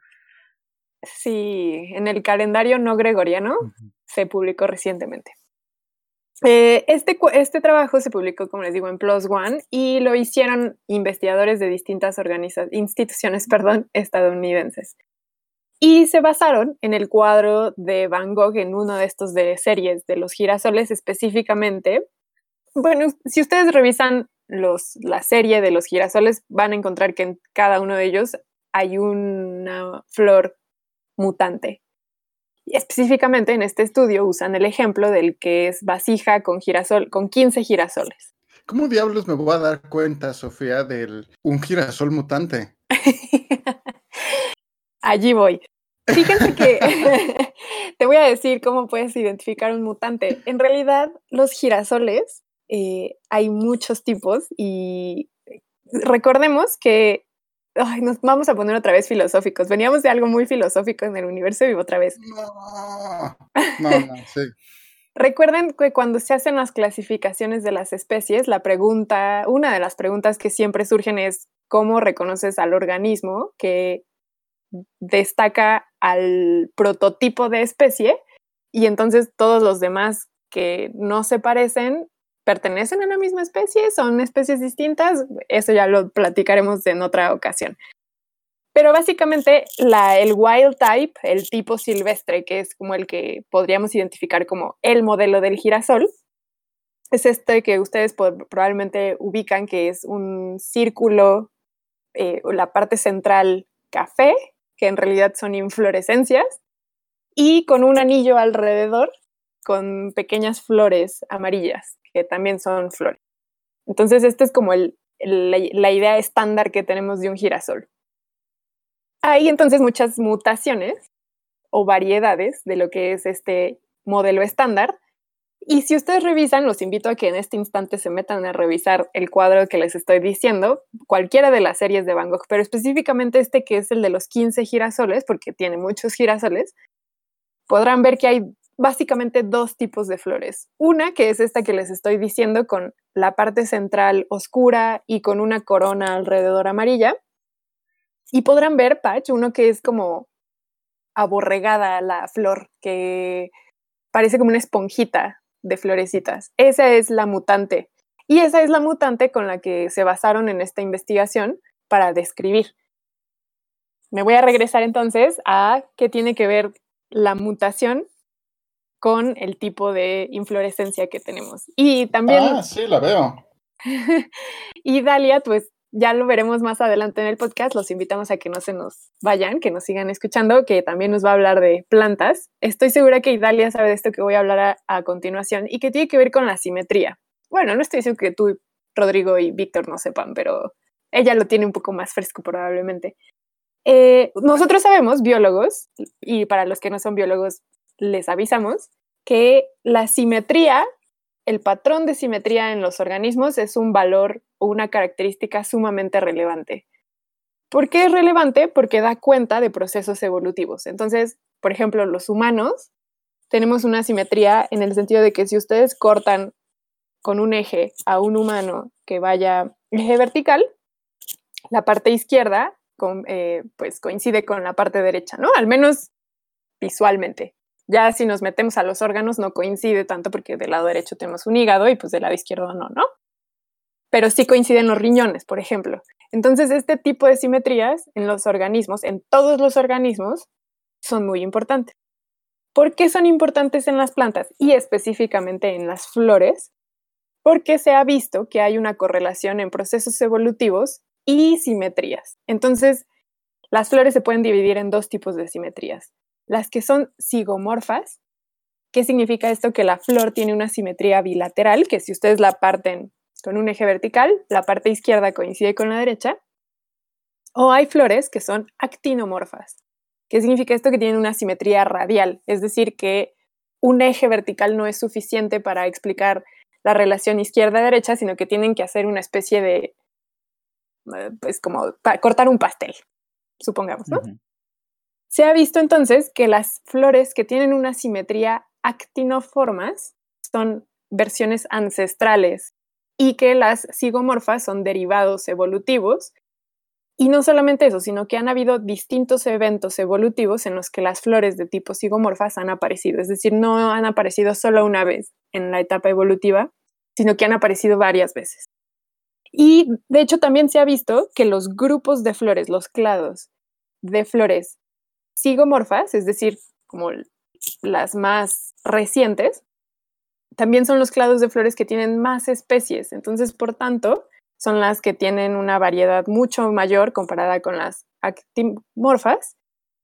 Sí, en el calendario no gregoriano se publicó recientemente. Eh, este, este trabajo se publicó, como les digo, en Plus One y lo hicieron investigadores de distintas organiza- instituciones perdón, estadounidenses. Y se basaron en el cuadro de Van Gogh, en uno de estos de series de los girasoles específicamente. Bueno, si ustedes revisan los, la serie de los girasoles, van a encontrar que en cada uno de ellos hay una flor mutante. Y específicamente en este estudio usan el ejemplo del que es vasija con girasol, con quince girasoles. ¿Cómo diablos me voy a dar cuenta, Sofía, de un girasol mutante? Allí voy. Fíjense que te voy a decir cómo puedes identificar un mutante. En realidad, los girasoles eh, hay muchos tipos y recordemos que Ay, nos vamos a poner otra vez filosóficos. Veníamos de algo muy filosófico en el universo y otra vez. No, no, no, sí. Recuerden que cuando se hacen las clasificaciones de las especies, la pregunta, una de las preguntas que siempre surgen es ¿cómo reconoces al organismo que destaca al prototipo de especie? Y entonces todos los demás que no se parecen, ¿pertenecen a la misma especie? ¿Son especies distintas? Eso ya lo platicaremos en otra ocasión. Pero básicamente la, el wild type, el tipo silvestre, que es como el que podríamos identificar como el modelo del girasol, es este que ustedes probablemente ubican, que es un círculo, eh, la parte central café, que en realidad son inflorescencias, y con un anillo alrededor con pequeñas flores amarillas, que también son flores. Entonces, esta es como el, el, la, la idea estándar que tenemos de un girasol. Hay entonces muchas mutaciones o variedades de lo que es este modelo estándar. Y si ustedes revisan, los invito a que en este instante se metan a revisar el cuadro que les estoy diciendo, cualquiera de las series de Van Gogh, pero específicamente este que es el de los quince girasoles, porque tiene muchos girasoles, podrán ver que hay básicamente dos tipos de flores. Una que es esta que les estoy diciendo, con la parte central oscura y con una corona alrededor amarilla. Y podrán ver, Patch, uno que es como aborregada la flor, que parece como una esponjita de florecitas. Esa es la mutante. Y esa es la mutante con la que se basaron en esta investigación para describir. Me voy a regresar entonces a qué tiene que ver la mutación con el tipo de inflorescencia que tenemos. Y también... Ah, sí, la veo. Y Dalia, pues ya lo veremos más adelante en el podcast. Los invitamos a que no se nos vayan, que nos sigan escuchando, que también nos va a hablar de plantas. Estoy segura que Dalia sabe de esto que voy a hablar a, a continuación y que tiene que ver con la simetría. Bueno, no estoy diciendo que tú, Rodrigo y Víctor no sepan, pero ella lo tiene un poco más fresco probablemente. Eh, nosotros sabemos, biólogos, y para los que no son biólogos les avisamos, que la simetría, el patrón de simetría en los organismos es un valor o una característica sumamente relevante. ¿Por qué es relevante? Porque da cuenta de procesos evolutivos. Entonces, por ejemplo, los humanos tenemos una simetría en el sentido de que si ustedes cortan con un eje a un humano que vaya eje vertical, la parte izquierda con, eh, pues coincide con la parte derecha, ¿no? Al menos visualmente. Ya si nos metemos a los órganos no coincide tanto porque del lado derecho tenemos un hígado y pues del lado izquierdo no, ¿no? Pero sí coinciden los riñones, por ejemplo. Entonces, este tipo de simetrías en los organismos, en todos los organismos, son muy importantes. ¿Por qué son importantes en las plantas y específicamente en las flores? Porque se ha visto que hay una correlación en procesos evolutivos y simetrías. Entonces, las flores se pueden dividir en dos tipos de simetrías. Las que son zigomorfas. ¿Qué significa esto? Que la flor tiene una simetría bilateral, que si ustedes la parten con un eje vertical, la parte izquierda coincide con la derecha. O hay flores que son actinomorfas. ¿Qué significa esto? Que tienen una simetría radial, es decir, que un eje vertical no es suficiente para explicar la relación izquierda-derecha, sino que tienen que hacer una especie de, pues como cortar un pastel, supongamos, ¿no? Uh-huh. Se ha visto entonces que las flores que tienen una simetría actinoformas son versiones ancestrales y que las zigomorfas son derivados evolutivos. Y no solamente eso, sino que han habido distintos eventos evolutivos en los que las flores de tipo zigomorfas han aparecido. Es decir, no han aparecido solo una vez en la etapa evolutiva, sino que han aparecido varias veces. Y de hecho también se ha visto que los grupos de flores, los clados de flores zigomorfas, es decir, como las más recientes, también son los clados de flores que tienen más especies. Entonces, por tanto, son las que tienen una variedad mucho mayor comparada con las actinomorfas.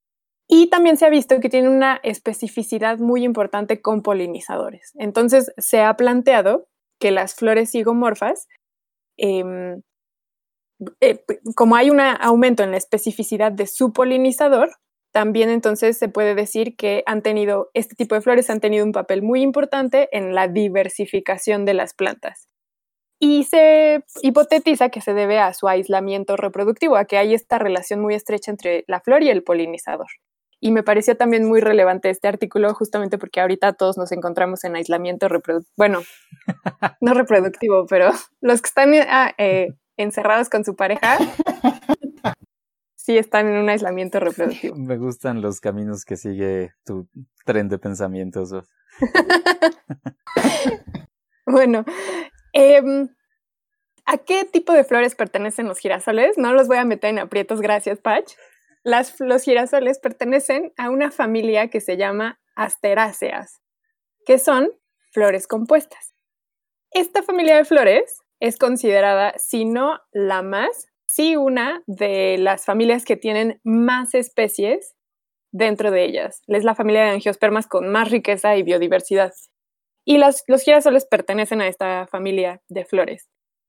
Y también se ha visto que tienen una especificidad muy importante con polinizadores. Entonces, se ha planteado que las flores zigomorfas, eh, eh, como hay un aumento en la especificidad de su polinizador, también entonces se puede decir que han tenido, este tipo de flores han tenido un papel muy importante en la diversificación de las plantas. Y se hipotetiza que se debe a su aislamiento reproductivo, a que hay esta relación muy estrecha entre la flor y el polinizador. Y me pareció también muy relevante este artículo justamente porque ahorita todos nos encontramos en aislamiento reproductivo. Bueno, no reproductivo, pero los que están ah, eh, encerrados con su pareja sí están en un aislamiento reproductivo. Me gustan los caminos que sigue tu tren de pensamientos. Bueno, eh, ¿a qué tipo de flores pertenecen los girasoles? No los voy a meter en aprietos, gracias, Patch. Las, los girasoles pertenecen a una familia que se llama Asteráceas, que son flores compuestas. Esta familia de flores es considerada, si no la más, sí una de las familias que tienen más especies dentro de ellas. Es la familia de angiospermas con más riqueza y biodiversidad. Y las, los girasoles pertenecen a esta familia de flores.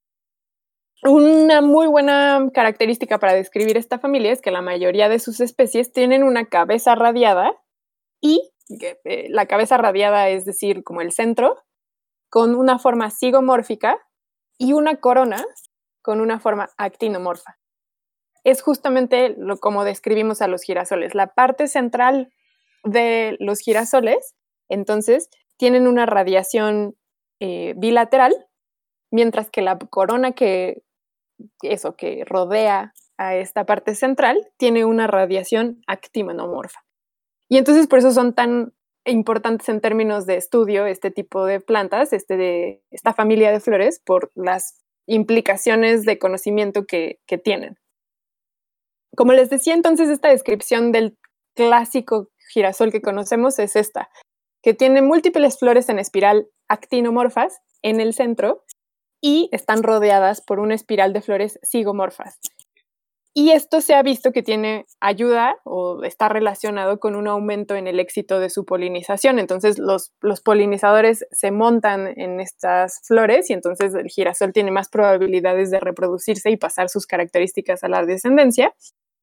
Una muy buena característica para describir esta familia es que la mayoría de sus especies tienen una cabeza radiada y eh, la cabeza radiada, es decir, como el centro, con una forma zigomórfica y una corona con una forma actinomorfa. Es justamente lo, como describimos a los girasoles. La parte central de los girasoles, entonces, tienen una radiación eh, bilateral, mientras que la corona que, eso, que rodea a esta parte central tiene una radiación actinomorfa. Y entonces por eso son tan importantes en términos de estudio este tipo de plantas, este de, esta familia de flores, por las implicaciones de conocimiento que, que tienen. Como les decía, entonces, esta descripción del clásico girasol que conocemos es esta, que tiene múltiples flores en espiral actinomorfas en el centro y están rodeadas por una espiral de flores zigomorfas. Y esto se ha visto que tiene ayuda o está relacionado con un aumento en el éxito de su polinización. Entonces los, los polinizadores se montan en estas flores y entonces el girasol tiene más probabilidades de reproducirse y pasar sus características a la descendencia.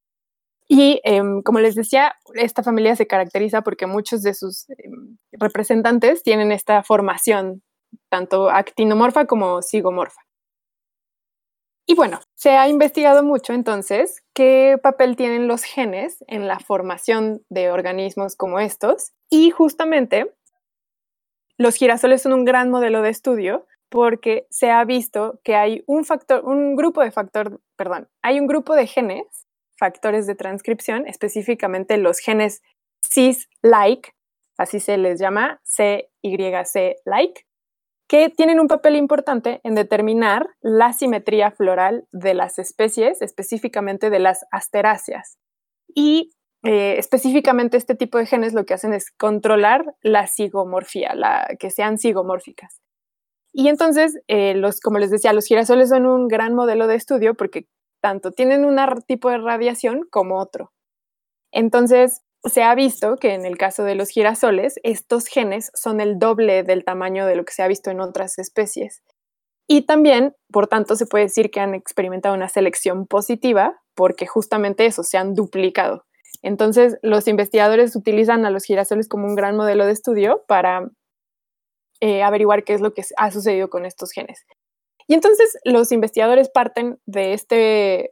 Y eh, como les decía, esta familia se caracteriza porque muchos de sus eh, representantes tienen esta formación, tanto actinomorfa como zigomorfa. Y bueno, se ha investigado mucho entonces qué papel tienen los genes en la formación de organismos como estos. Y justamente los girasoles son un gran modelo de estudio porque se ha visto que hay un factor, un grupo de factor, perdón, hay un grupo de genes, factores de transcripción, específicamente los genes cis-like, así se les llama, C Y C-like, que tienen un papel importante en determinar la simetría floral de las especies, específicamente de las asteráceas. Y eh, específicamente este tipo de genes lo que hacen es controlar la zigomorfía, la, que sean zigomórficas. Y entonces, eh, los, como les decía, los girasoles son un gran modelo de estudio porque tanto tienen un tipo de radiación como otro. Entonces, se ha visto que en el caso de los girasoles, estos genes son el doble del tamaño de lo que se ha visto en otras especies. Y también, por tanto, se puede decir que han experimentado una selección positiva porque justamente eso, se han duplicado. Entonces, los investigadores utilizan a los girasoles como un gran modelo de estudio para eh, averiguar qué es lo que ha sucedido con estos genes. Y entonces, los investigadores parten de este...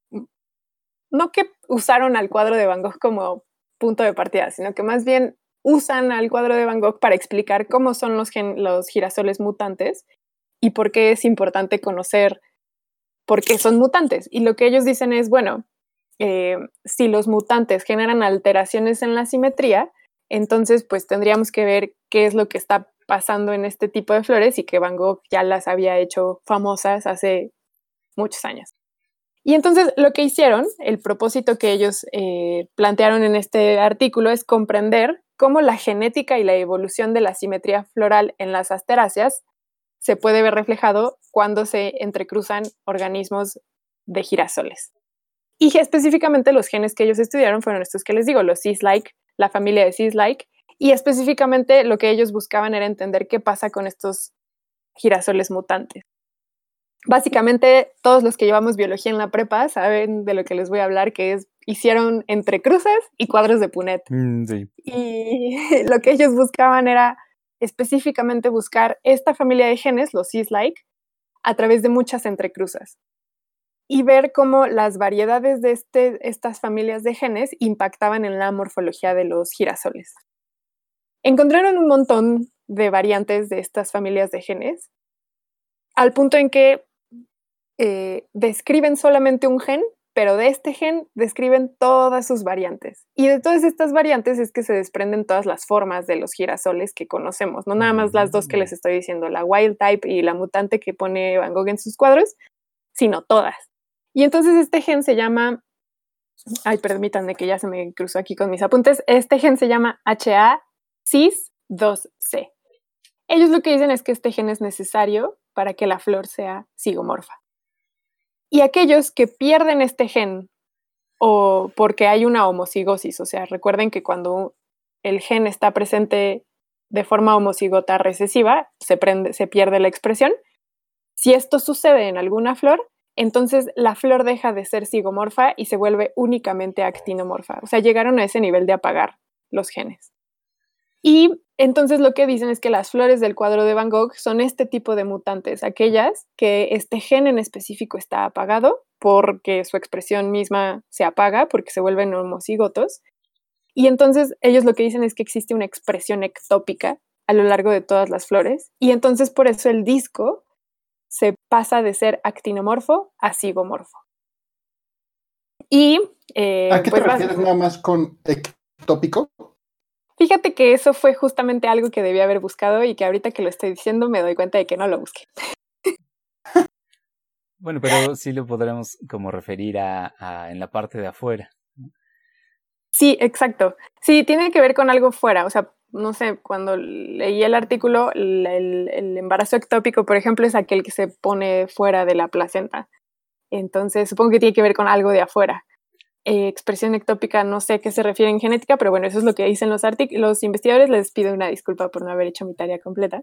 No que usaron al cuadro de Van Gogh como punto de partida, sino que más bien usan al cuadro de Van Gogh para explicar cómo son los, gen- los girasoles mutantes y por qué es importante conocer por qué son mutantes. Y lo que ellos dicen es, bueno, eh, si los mutantes generan alteraciones en la simetría, entonces pues tendríamos que ver qué es lo que está pasando en este tipo de flores y que Van Gogh ya las había hecho famosas hace muchos años. Y entonces lo que hicieron, el propósito que ellos eh, plantearon en este artículo es comprender cómo la genética y la evolución de la simetría floral en las asteráceas se puede ver reflejado cuando se entrecruzan organismos de girasoles. Y específicamente los genes que ellos estudiaron fueron estos que les digo, los cis-like, la familia de cis-like, y específicamente lo que ellos buscaban era entender qué pasa con estos girasoles mutantes. Básicamente, todos los que llevamos biología en la prepa saben de lo que les voy a hablar, que es, hicieron entrecruces y cuadros de Punnett. Mm, sí. Y lo que ellos buscaban era específicamente buscar esta familia de genes, los cis-like, a través de muchas entrecruzas y ver cómo las variedades de este, estas familias de genes impactaban en la morfología de los girasoles. Encontraron un montón de variantes de estas familias de genes, al punto en que eh, describen solamente un gen, pero de este gen describen todas sus variantes. Y de todas estas variantes es que se desprenden todas las formas de los girasoles que conocemos, no nada más las dos que les estoy diciendo, la wild type y la mutante que pone Van Gogh en sus cuadros, sino todas. Y entonces este gen se llama, ay, permítanme que ya se me cruzó aquí con mis apuntes, este gen se llama H A C I S dos C. Ellos lo que dicen es que este gen es necesario para que la flor sea zigomorfa. Y aquellos que pierden este gen o porque hay una homocigosis, o sea, recuerden que cuando el gen está presente de forma homocigota recesiva, se, prende, se pierde la expresión. Si esto sucede en alguna flor, entonces la flor deja de ser zigomorfa y se vuelve únicamente actinomorfa. O sea, llegaron a ese nivel de apagar los genes. Y entonces lo que dicen es que las flores del cuadro de Van Gogh son este tipo de mutantes, aquellas que este gen en específico está apagado porque su expresión misma se apaga, porque se vuelven homocigotos. Y entonces ellos lo que dicen es que existe una expresión ectópica a lo largo de todas las flores. Y entonces por eso el disco se pasa de ser actinomorfo a zigomorfo. Y, eh, ¿A qué pues te refieres nada más con ectópico? Fíjate que eso fue justamente algo que debí haber buscado y que ahorita que lo estoy diciendo me doy cuenta de que no lo busqué. Bueno, pero sí lo podremos como referir a, a en la parte de afuera. Sí, exacto. Sí, tiene que ver con algo fuera. O sea, no sé, cuando leí el artículo, el, el, el embarazo ectópico, por ejemplo, es aquel que se pone fuera de la placenta. Entonces, supongo que tiene que ver con algo de afuera. Eh, expresión ectópica, no sé a qué se refiere en genética, pero bueno, eso es lo que dicen los, los investigadores. Les pido una disculpa por no haber hecho mi tarea completa.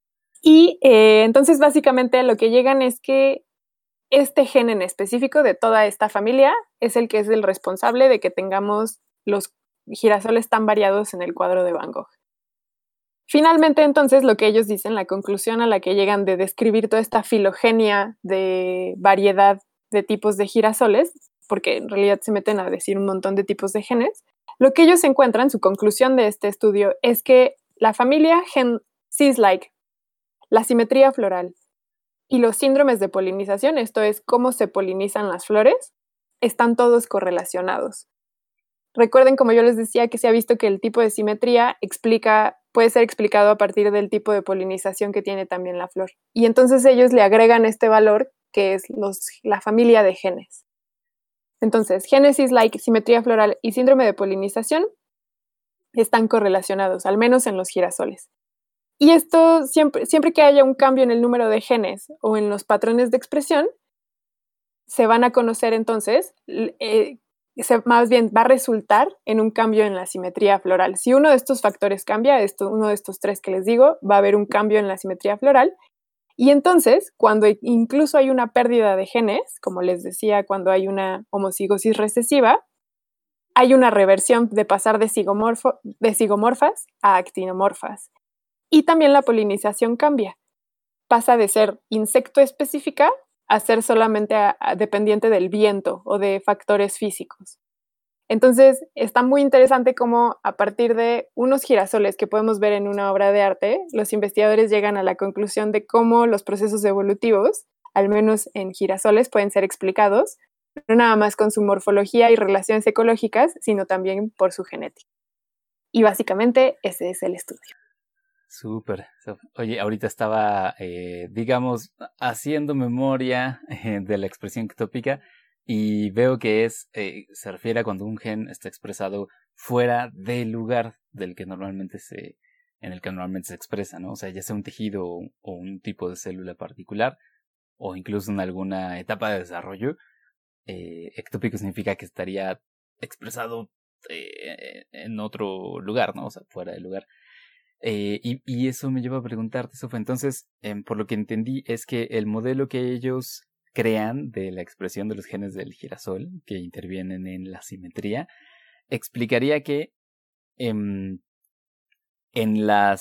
Y eh, entonces, básicamente, lo que llegan es que este gen en específico de toda esta familia es el que es el responsable de que tengamos los girasoles tan variados en el cuadro de Van Gogh. Finalmente, entonces, lo que ellos dicen, la conclusión a la que llegan de describir toda esta filogenia de variedad de tipos de girasoles, porque en realidad se meten a decir un montón de tipos de genes, lo que ellos encuentran, su conclusión de este estudio, es que la familia gen cis-like, la simetría floral y los síndromes de polinización, esto es cómo se polinizan las flores, están todos correlacionados. Recuerden, como yo les decía, que se ha visto que el tipo de simetría explica, puede ser explicado a partir del tipo de polinización que tiene también la flor. Y entonces ellos le agregan este valor que es los, la familia de genes. Entonces, génesis like, simetría floral y síndrome de polinización están correlacionados, al menos en los girasoles. Y esto, siempre, siempre que haya un cambio en el número de genes o en los patrones de expresión, se van a conocer entonces, eh, se, más bien va a resultar en un cambio en la simetría floral. Si uno de estos factores cambia, esto, uno de estos tres que les digo, va a haber un cambio en la simetría floral. Y entonces, cuando incluso hay una pérdida de genes, como les decía, cuando hay una homocigosis recesiva, hay una reversión de pasar de, zigomorfo, de zigomorfas a actinomorfas. Y también la polinización cambia. Pasa de ser insecto específica a ser solamente a, a, dependiente del viento o de factores físicos. Entonces, está muy interesante cómo a partir de unos girasoles que podemos ver en una obra de arte, los investigadores llegan a la conclusión de cómo los procesos evolutivos, al menos en girasoles, pueden ser explicados, no nada más con su morfología y relaciones ecológicas, sino también por su genética. Y básicamente ese es el estudio. Súper. Oye, ahorita estaba, eh, digamos, haciendo memoria eh, de la expresión ectópica y veo que es, eh, se refiere a cuando un gen está expresado fuera del lugar del que normalmente se, en el que normalmente se expresa, ¿no? O sea, ya sea un tejido o, o un tipo de célula particular o incluso en alguna etapa de desarrollo. Eh, ectópico significa que estaría expresado eh, en otro lugar, ¿no? O sea, fuera del lugar. Eh, y, y eso me lleva a preguntarte, Sofía, entonces, eh, por lo que entendí, es que el modelo que ellos crean de la expresión de los genes del girasol, que intervienen en la simetría, explicaría que eh, en las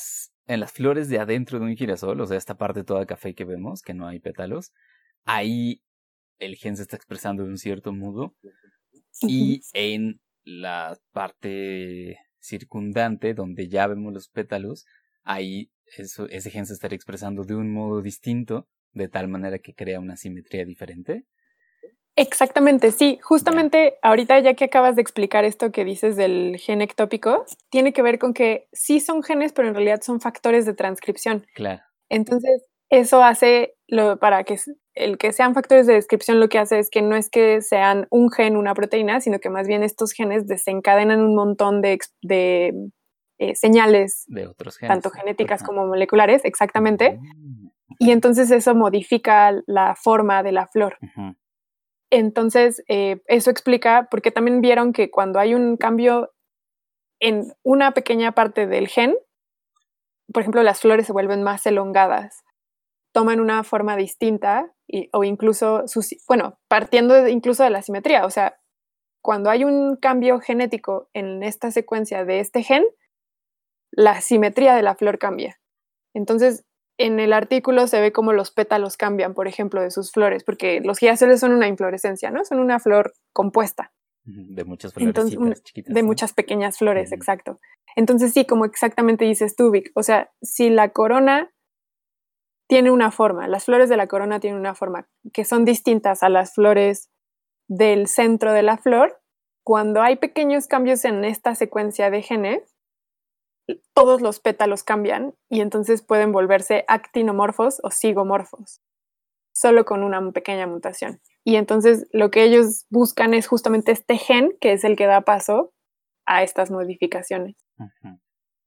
en las flores de adentro de un girasol, o sea, esta parte toda café que vemos, que no hay pétalos, ahí el gen se está expresando de un cierto modo. Uh-huh. Y en la parte circundante, donde ya vemos los pétalos, ahí eso, ese gen se estaría expresando de un modo distinto, de tal manera que crea una simetría diferente. Exactamente, sí. Justamente yeah. ahorita ya que acabas de explicar esto que dices del gen ectópico, tiene que ver con que sí son genes, pero en realidad son factores de transcripción. Claro. Entonces, eso hace, lo, para que el que sean factores de descripción, lo que hace es que no es que sean un gen, una proteína, sino que más bien estos genes desencadenan un montón de, de eh, señales, de otros genes, tanto genéticas uh-huh. como moleculares, exactamente. Uh-huh. Y entonces eso modifica la forma de la flor. Uh-huh. Entonces, eh, eso explica, porque también vieron que cuando hay un cambio en una pequeña parte del gen, por ejemplo, las flores se vuelven más elongadas, toman una forma distinta, y, o incluso, sus, bueno, partiendo de, incluso de la simetría, o sea, cuando hay un cambio genético en esta secuencia de este gen, la simetría de la flor cambia. Entonces, en el artículo se ve cómo los pétalos cambian, por ejemplo, de sus flores, porque los girasoles son una inflorescencia, ¿no? Son una flor compuesta. De muchas florecitas Entonces, chiquitas. De ¿no? muchas pequeñas flores, uh-huh. exacto. Entonces, sí, como exactamente dices tú, Vic, o sea, si la corona tiene una forma, las flores de la corona tienen una forma, que son distintas a las flores del centro de la flor, cuando hay pequeños cambios en esta secuencia de genes, todos los pétalos cambian y entonces pueden volverse actinomorfos o zigomorfos, solo con una pequeña mutación. Y entonces lo que ellos buscan es justamente este gen, que es el que da paso a estas modificaciones. Uh-huh.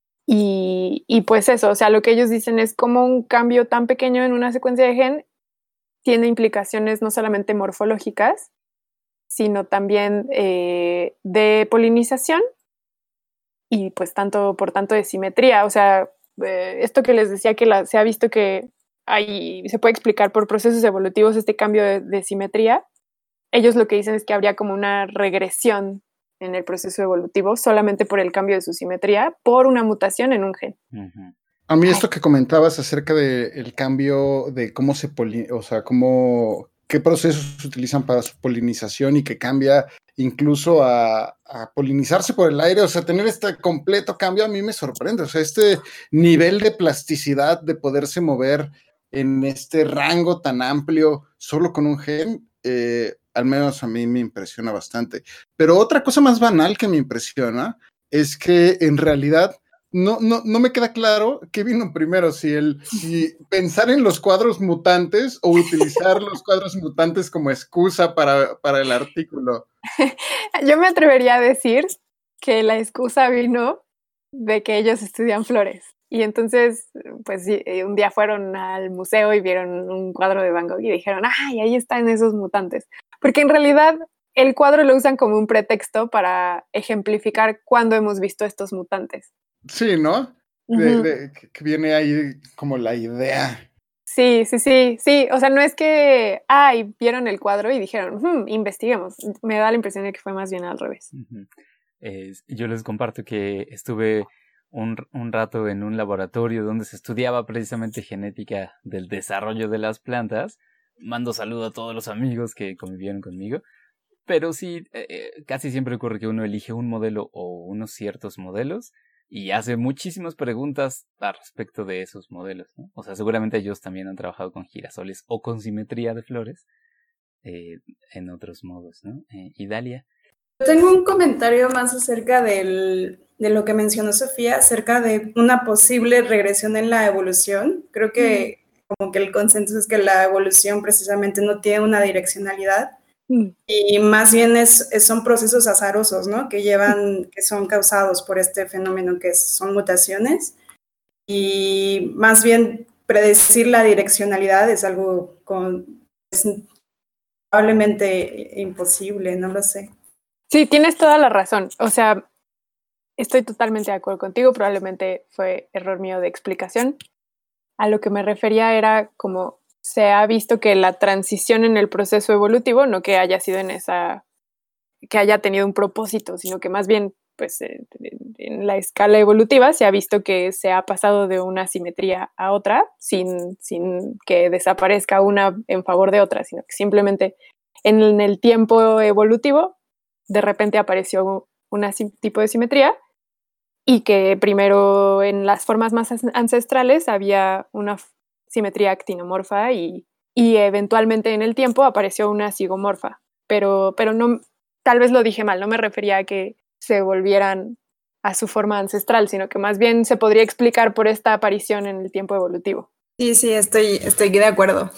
Y, y pues eso, o sea, lo que ellos dicen es como un cambio tan pequeño en una secuencia de gen tiene implicaciones no solamente morfológicas, sino también eh, de polinización, y pues tanto, por tanto, de simetría. O sea, eh, esto que les decía que la, se ha visto que hay, se puede explicar por procesos evolutivos este cambio de, de simetría. Ellos lo que dicen es que habría como una regresión en el proceso evolutivo solamente por el cambio de su simetría, por una mutación en un gen. Uh-huh. A mí esto que comentabas acerca del cambio de cómo se poliniza, o sea, cómo, qué procesos se utilizan para su polinización y que cambia incluso a, a polinizarse por el aire, o sea, tener este completo cambio a mí me sorprende, o sea, este nivel de plasticidad de poderse mover en este rango tan amplio solo con un gen, eh, al menos a mí me impresiona bastante. Pero otra cosa más banal que me impresiona es que en realidad no, no, no me queda claro qué vino primero, si, el, si pensar en los cuadros mutantes o utilizar los cuadros mutantes como excusa para, para el artículo. Yo me atrevería a decir que la excusa vino de que ellos estudian flores. Y entonces, pues un día fueron al museo y vieron un cuadro de Van Gogh y dijeron, ¡ay, ahí están esos mutantes! Porque en realidad el cuadro lo usan como un pretexto para ejemplificar cuándo hemos visto estos mutantes. Sí, ¿no? De, uh-huh. de, que viene ahí como la idea. Sí, sí, sí, sí. O sea, no es que, ay, vieron el cuadro y dijeron, hmm, investiguemos. Me da la impresión de que fue más bien al revés. Uh-huh. eh, yo les comparto que estuve un, un rato en un laboratorio donde se estudiaba precisamente genética del desarrollo de las plantas. Mando saludo a todos los amigos que convivieron conmigo. Pero sí, eh, casi siempre ocurre que uno elige un modelo o unos ciertos modelos y hace muchísimas preguntas al respecto de esos modelos, ¿no? O sea, seguramente ellos también han trabajado con girasoles o con simetría de flores eh, en otros modos, ¿no? Eh, y Dalia. Tengo un comentario más acerca del, de lo que mencionó Sofía, acerca de una posible regresión en la evolución. Creo que mm. como que el consenso es que la evolución precisamente no tiene una direccionalidad. Y más bien es, es, son procesos azarosos, ¿no? Que llevan, que son causados por este fenómeno que son mutaciones. Y más bien predecir la direccionalidad es algo con, es probablemente imposible, no lo sé. Sí, tienes toda la razón. O sea, estoy totalmente de acuerdo contigo. Probablemente fue error mío de explicación. A lo que me refería era como se ha visto que la transición en el proceso evolutivo, no que haya sido en esa, que haya tenido un propósito, sino que más bien pues en, en la escala evolutiva se ha visto que se ha pasado de una simetría a otra sin, sin que desaparezca una en favor de otra, sino que simplemente en el tiempo evolutivo de repente apareció un tipo de simetría y que primero en las formas más ancestrales había una simetría actinomorfa y, y eventualmente en el tiempo apareció una zigomorfa, pero, pero no, tal vez lo dije mal, no me refería a que se volvieran a su forma ancestral, sino que más bien se podría explicar por esta aparición en el tiempo evolutivo. Sí, sí, estoy, estoy de acuerdo.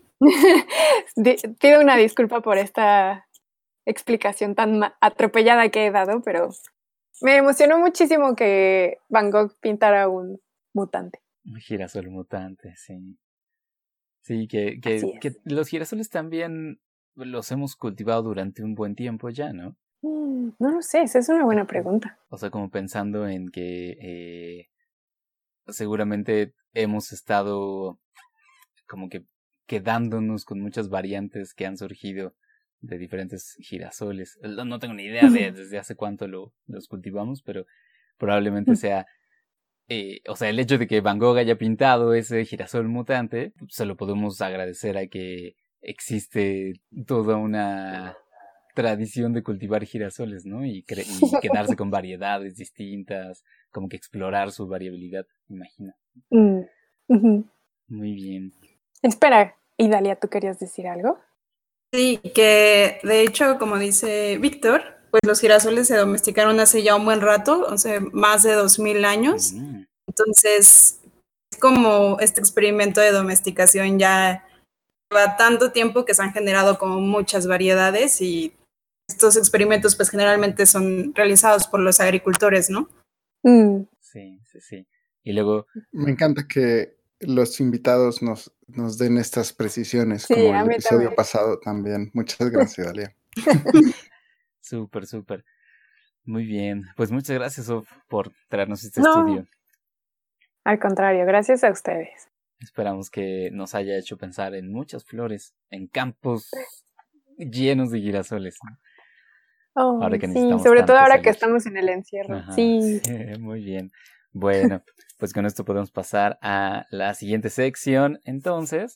Pido una disculpa por esta explicación tan atropellada que he dado, pero me emocionó muchísimo que Van Gogh pintara un mutante. Un girasol mutante, sí. Sí, que, que, que los girasoles también los hemos cultivado durante un buen tiempo ya, ¿no? Mm, no lo sé, esa es una buena pregunta. O sea, como pensando en que eh, seguramente hemos estado como que quedándonos con muchas variantes que han surgido de diferentes girasoles. No tengo ni idea de desde hace cuánto lo, los cultivamos, pero probablemente sea... Eh, o sea, el hecho de que Van Gogh haya pintado ese girasol mutante, se lo podemos agradecer a que existe toda una tradición de cultivar girasoles, ¿no? Y, cre- y quedarse con variedades distintas, como que explorar su variabilidad, imagino. Mm. Uh-huh. Muy bien. Espera, Idalia, ¿tú querías decir algo? Sí, que de hecho, como dice Víctor, pues los girasoles se domesticaron hace ya un buen rato, o sea, más de dos mil años. Mm. Entonces, es como este experimento de domesticación ya lleva tanto tiempo que se han generado como muchas variedades y estos experimentos pues generalmente son realizados por los agricultores, ¿no? Mm. Sí, sí, sí. Y luego... Me encanta que los invitados nos, nos den estas precisiones, sí, como el episodio también. pasado también. Muchas gracias, Dalia. Súper, súper. Muy bien. Pues muchas gracias, Sof, por traernos este no, estudio. Al contrario, gracias a ustedes. Esperamos que nos haya hecho pensar en muchas flores, en campos llenos de girasoles. Oh, ahora que sí, necesitamos sobre todo ahora salir. que estamos en el encierro. Ajá, sí. sí. Muy bien. Bueno, pues con esto podemos pasar a la siguiente sección. Entonces...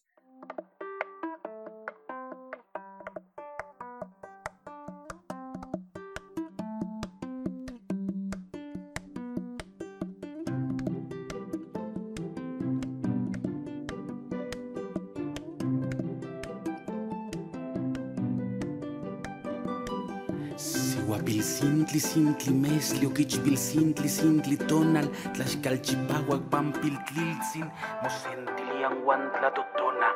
Pilsintli, sintli, mesli, oquichpil, sintli, sintli, tonal, tlaxcalchipahuac, pampil, tliltzin, mosentilianguantla, totona.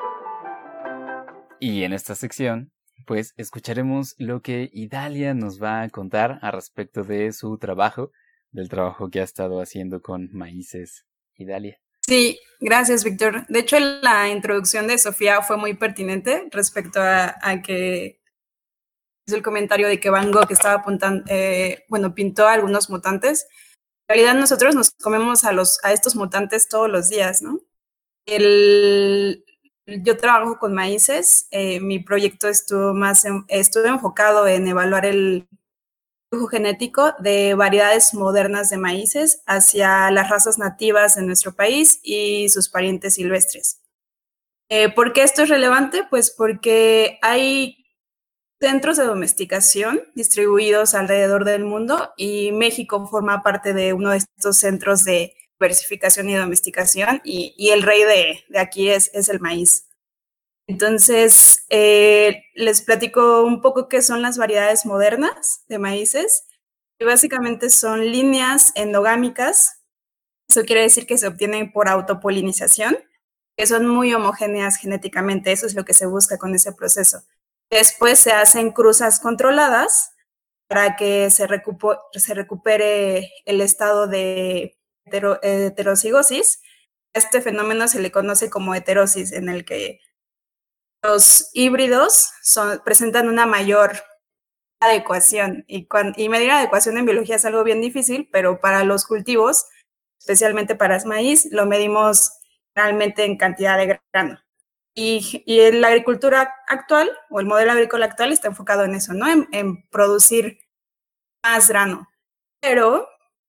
Y en esta sección, pues escucharemos lo que Idalia nos va a contar a respecto de su trabajo, del trabajo que ha estado haciendo con maíces. Idalia. Sí, gracias, Víctor. De hecho, la introducción de Sofía fue muy pertinente respecto a, a que el comentario de que Van Gogh estaba apuntando, eh, bueno, pintó a algunos mutantes. En realidad nosotros nos comemos a, los, a estos mutantes todos los días, ¿no? El, yo trabajo con maíces, eh, mi proyecto estuvo, más en, estuvo enfocado en evaluar el flujo genético de variedades modernas de maíces hacia las razas nativas de nuestro país y sus parientes silvestres. Eh, ¿Por qué esto es relevante? Pues porque hay centros de domesticación distribuidos alrededor del mundo y México forma parte de uno de estos centros de diversificación y domesticación y, y el rey de, de aquí es, es el maíz. Entonces, eh, les platico un poco qué son las variedades modernas de maíces y básicamente son líneas endogámicas, eso quiere decir que se obtienen por autopolinización, que son muy homogéneas genéticamente, eso es lo que se busca con ese proceso. Después se hacen cruzas controladas para que se, recupo, se recupere el estado de hetero, heterocigosis. Este fenómeno se le conoce como heterosis, en el que los híbridos son, presentan una mayor adecuación. Y, cuando, y medir adecuación en biología es algo bien difícil, pero para los cultivos, especialmente para el maíz, lo medimos realmente en cantidad de grano. Y, y la agricultura actual, o el modelo agrícola actual, está enfocado en eso, ¿no? En, en producir más grano. pero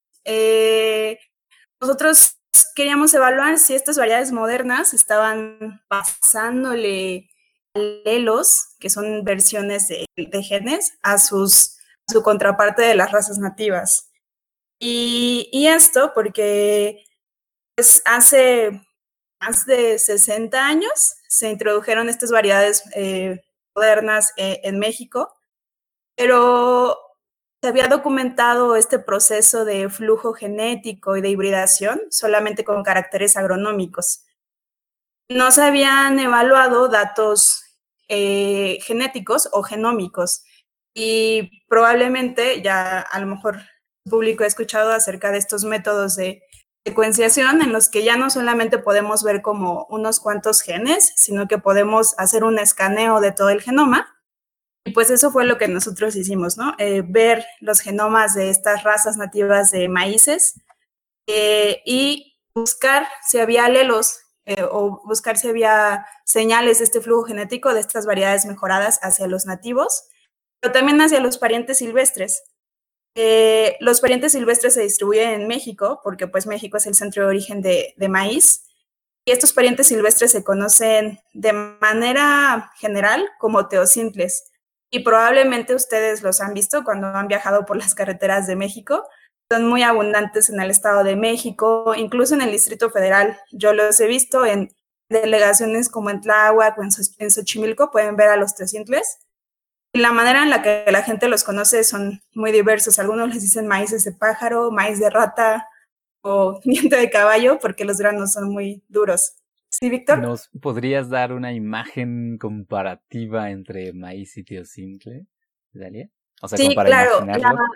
eh, nosotros queríamos evaluar si estas variedades modernas estaban pasándole alelos, que son versiones de, de genes, a, sus, a su contraparte de las razas nativas. Y, y esto porque pues, hace más de sesenta años se introdujeron estas variedades eh, modernas eh, en México, pero se había documentado este proceso de flujo genético y de hibridación solamente con caracteres agronómicos. No se habían evaluado datos eh, genéticos o genómicos y probablemente ya a lo mejor el público ha escuchado acerca de estos métodos de secuenciación en los que ya no solamente podemos ver como unos cuantos genes, sino que podemos hacer un escaneo de todo el genoma. Y pues eso fue lo que nosotros hicimos, ¿no? Eh, ver los genomas de estas razas nativas de maíces eh, y buscar si había alelos eh, o buscar si había señales de este flujo genético de estas variedades mejoradas hacia los nativos, pero también hacia los parientes silvestres. Eh, los parientes silvestres se distribuyen en México, porque pues México es el centro de origen de, de maíz, y estos parientes silvestres se conocen de manera general como teocintles. Y probablemente ustedes los han visto cuando han viajado por las carreteras de México. Son muy abundantes en el Estado de México, incluso en el Distrito Federal. Yo los he visto en delegaciones como en Tláhuac o en, Xoch- en Xochimilco, pueden ver a los teocintles. Y la manera en la que la gente los conoce son muy diversos. Algunos les dicen maíces de pájaro, maíz de rata o diente de caballo, porque los granos son muy duros. ¿Sí, Víctor? ¿Nos podrías dar una imagen comparativa entre maíz y teocintle, Dalia? O sea, Sí, como para claro. imaginarlo. La,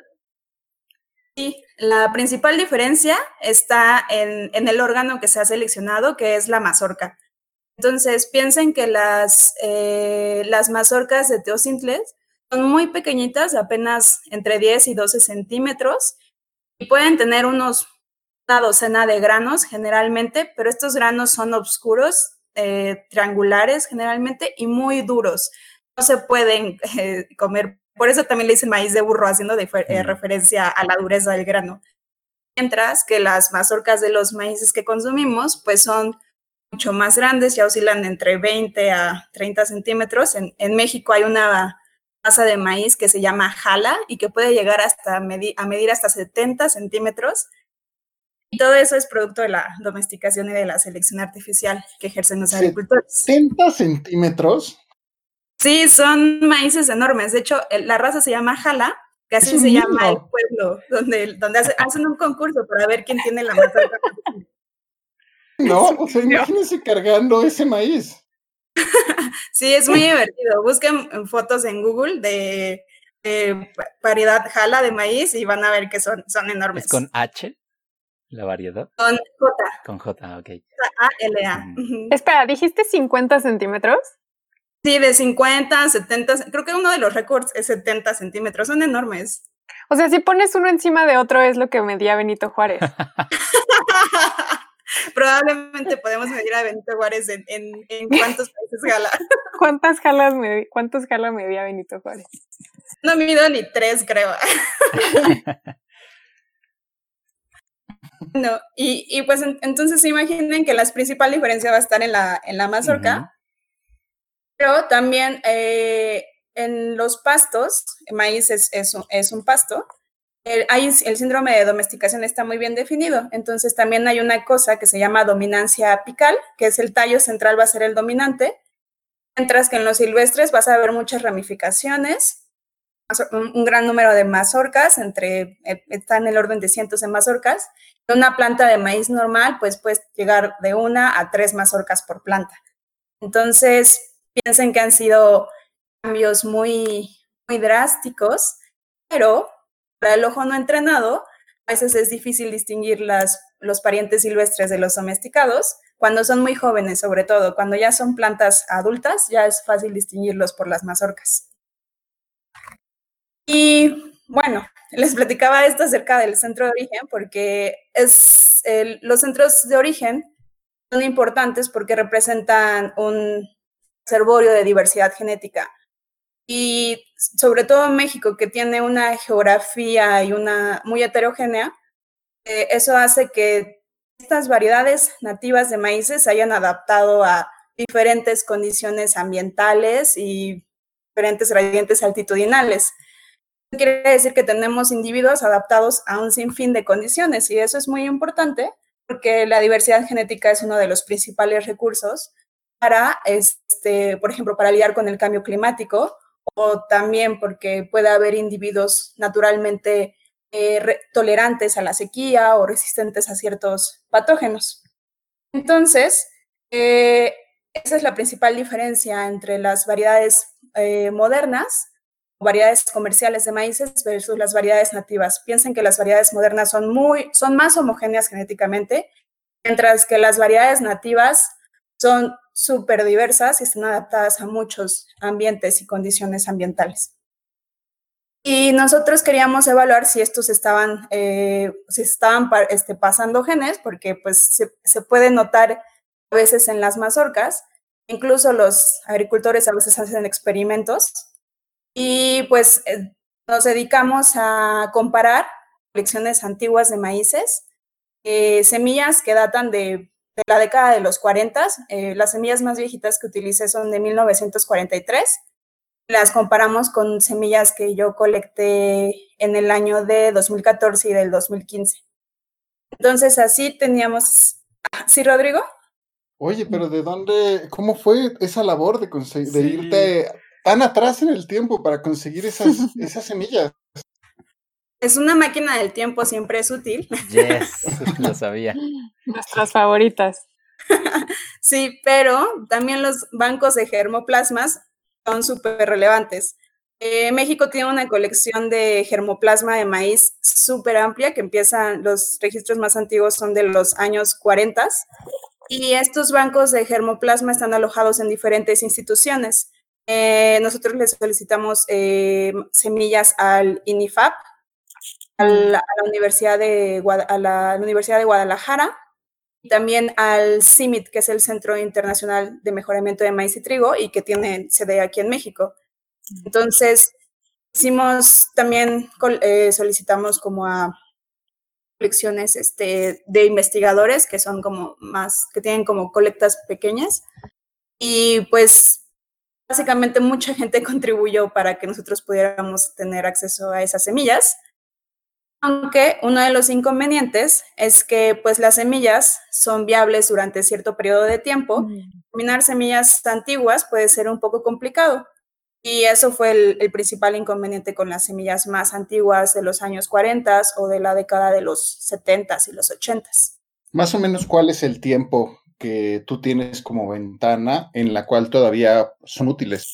sí, la principal diferencia está en, en el órgano que se ha seleccionado, que es la mazorca. Entonces, piensen que las, eh, las mazorcas de teocintles son muy pequeñitas, apenas entre diez y doce centímetros, y pueden tener unos, una docena de granos generalmente, pero estos granos son oscuros, eh, triangulares generalmente, y muy duros. No se pueden eh, comer, por eso también le dicen maíz de burro, haciendo de, eh, referencia a la dureza del grano. Mientras que las mazorcas de los maíces que consumimos, pues son mucho más grandes, ya oscilan entre veinte a treinta centímetros. En, en México hay una masa de maíz que se llama jala y que puede llegar hasta medi- a medir hasta setenta centímetros. Y todo eso es producto de la domesticación y de la selección artificial que ejercen los agricultores. ¿setenta centímetros? Sí, son maíces enormes. De hecho, el- la raza se llama jala, que así Es un se llama el niño. pueblo, donde, donde hace- hacen un concurso para ver quién tiene la mazorca. No, o sea, imagínense cargando ese maíz. Sí, es muy divertido. Busquen en fotos en Google de, de variedad jala de maíz y van a ver que son, son enormes. ¿Es con H la variedad? Con J. Con J, ok. A L A. Ujú. Espera, ¿dijiste cincuenta centímetros? Sí, de cincuenta, setenta, creo que uno de los récords es setenta centímetros, son enormes. O sea, si pones uno encima de otro es lo que medía Benito Juárez. Probablemente podemos medir a Benito Juárez en, en, en cuántos países jala. ¿Cuántas jalas medía, ¿Cuántos jalas medía Benito Juárez? No mido ni tres, creo. No, y, y pues en, entonces imaginen que la principal diferencia va a estar en la, en la mazorca, uh-huh. Pero también eh, en los pastos, el maíz es, es, un, es un pasto, el, hay, el síndrome de domesticación está muy bien definido, entonces también hay una cosa que se llama dominancia apical, que es el tallo central va a ser el dominante, mientras que en los silvestres vas a ver muchas ramificaciones, un, un gran número de mazorcas, entre, está en el orden de cientos de mazorcas. Una planta de maíz normal, pues puedes llegar de una a tres mazorcas por planta. Entonces, piensen que han sido cambios muy, muy drásticos, pero para el ojo no entrenado, a veces es difícil distinguir las, los parientes silvestres de los domesticados, cuando son muy jóvenes, sobre todo. Cuando ya son plantas adultas, ya es fácil distinguirlos por las mazorcas. Y bueno, les platicaba esto acerca del centro de origen, porque es, el, los centros de origen son importantes porque representan un reservorio de diversidad genética. Y sobre todo en México, que tiene una geografía y una muy heterogénea, eh, eso hace que estas variedades nativas de maíces se hayan adaptado a diferentes condiciones ambientales y diferentes gradientes altitudinales. Quiere decir que tenemos individuos adaptados a un sinfín de condiciones, y eso es muy importante porque la diversidad genética es uno de los principales recursos para, este, por ejemplo, para lidiar con el cambio climático, o también porque puede haber individuos naturalmente eh, re- tolerantes a la sequía o resistentes a ciertos patógenos. Entonces, eh, esa es la principal diferencia entre las variedades eh, modernas, variedades comerciales de maíces versus las variedades nativas. Piensen que las variedades modernas son, muy, son más homogéneas genéticamente, mientras que las variedades nativas son súper diversas y están adaptadas a muchos ambientes y condiciones ambientales. Y nosotros queríamos evaluar si estos estaban, eh, si estaban este, pasando genes, porque pues se, se puede notar a veces en las mazorcas, incluso los agricultores a veces hacen experimentos, y pues eh, nos dedicamos a comparar colecciones antiguas de maíces, eh, semillas que datan de, de la década de los cuarenta, eh, las semillas más viejitas que utilicé son de mil novecientos cuarenta y tres, las comparamos con semillas que yo colecté en el año de dos mil catorce y del dos mil quince. Entonces así teníamos... ¿Sí, Rodrigo? Oye, pero ¿de dónde, cómo fue esa labor de, conseguir, de irte tan atrás en el tiempo para conseguir esas, esas semillas? Es una máquina del tiempo, siempre es útil. Yes, lo sabía. Nuestras favoritas. Sí, pero también los bancos de germoplasmas son súper relevantes. Eh, México tiene una colección de germoplasma de maíz súper amplia, que empiezan, los registros más antiguos son de los años cuarenta, y estos bancos de germoplasma están alojados en diferentes instituciones. Eh, nosotros les solicitamos eh, semillas al INIFAP, a la, a la, Universidad de, a la Universidad de Guadalajara, y también al CIMIT, que es el Centro Internacional de Mejoramiento de Maíz y Trigo, y que tiene sede aquí en México. Entonces, hicimos también, eh, solicitamos como a colecciones este, de investigadores que son como más, que tienen como colectas pequeñas, y pues básicamente mucha gente contribuyó para que nosotros pudiéramos tener acceso a esas semillas, aunque uno de los inconvenientes es que pues las semillas son viables durante cierto periodo de tiempo. Mm. Eliminar semillas antiguas puede ser un poco complicado, y eso fue el, el principal inconveniente con las semillas más antiguas de los años cuarenta o de la década de los setenta y los ochenta. Más o menos, ¿cuál es el tiempo que tú tienes como ventana en la cual todavía son útiles?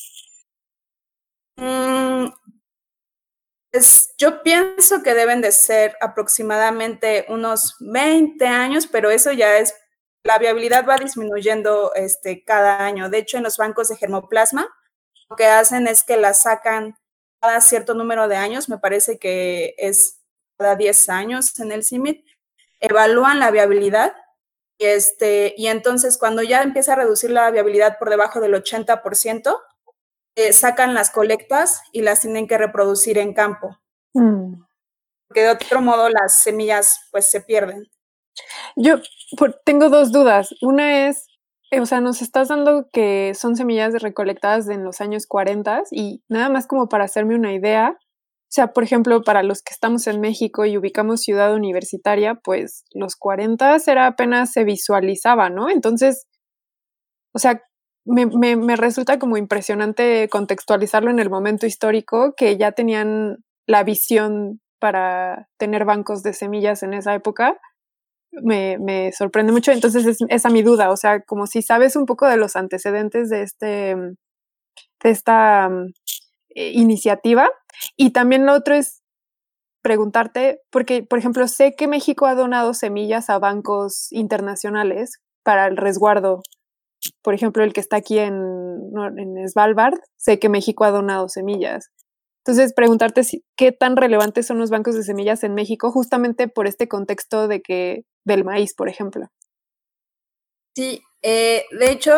Mm, pues yo pienso que deben de ser aproximadamente unos veinte años, pero eso ya es, la viabilidad va disminuyendo este, cada año. De hecho, en los bancos de germoplasma, lo que hacen es que la sacan cada cierto número de años, me parece que es cada diez años en el CIMIT, evalúan la viabilidad, y, este, y entonces cuando ya empieza a reducir la viabilidad por debajo del ochenta por ciento, eh, sacan las colectas y las tienen que reproducir en campo. Mm. Porque de otro modo las semillas pues se pierden. Yo por, tengo dos dudas. Una es, o sea, nos estás dando que son semillas recolectadas en los años cuarenta, y nada más como para hacerme una idea, o sea, por ejemplo, para los que estamos en México y ubicamos Ciudad Universitaria, pues los cuarenta era apenas se visualizaba, ¿no? Entonces, o sea, me, me, me resulta como impresionante contextualizarlo en el momento histórico, que ya tenían la visión para tener bancos de semillas en esa época. Me, me sorprende mucho. Entonces es esa mi duda, o sea, como si sabes un poco de los antecedentes de este de esta um, eh, iniciativa. Y también lo otro es preguntarte, porque por ejemplo sé que México ha donado semillas a bancos internacionales para el resguardo. Por ejemplo, el que está aquí en, en Svalbard, sé que México ha donado semillas. Entonces, preguntarte si, qué tan relevantes son los bancos de semillas en México, justamente por este contexto de que del maíz, por ejemplo. Sí, eh, de hecho,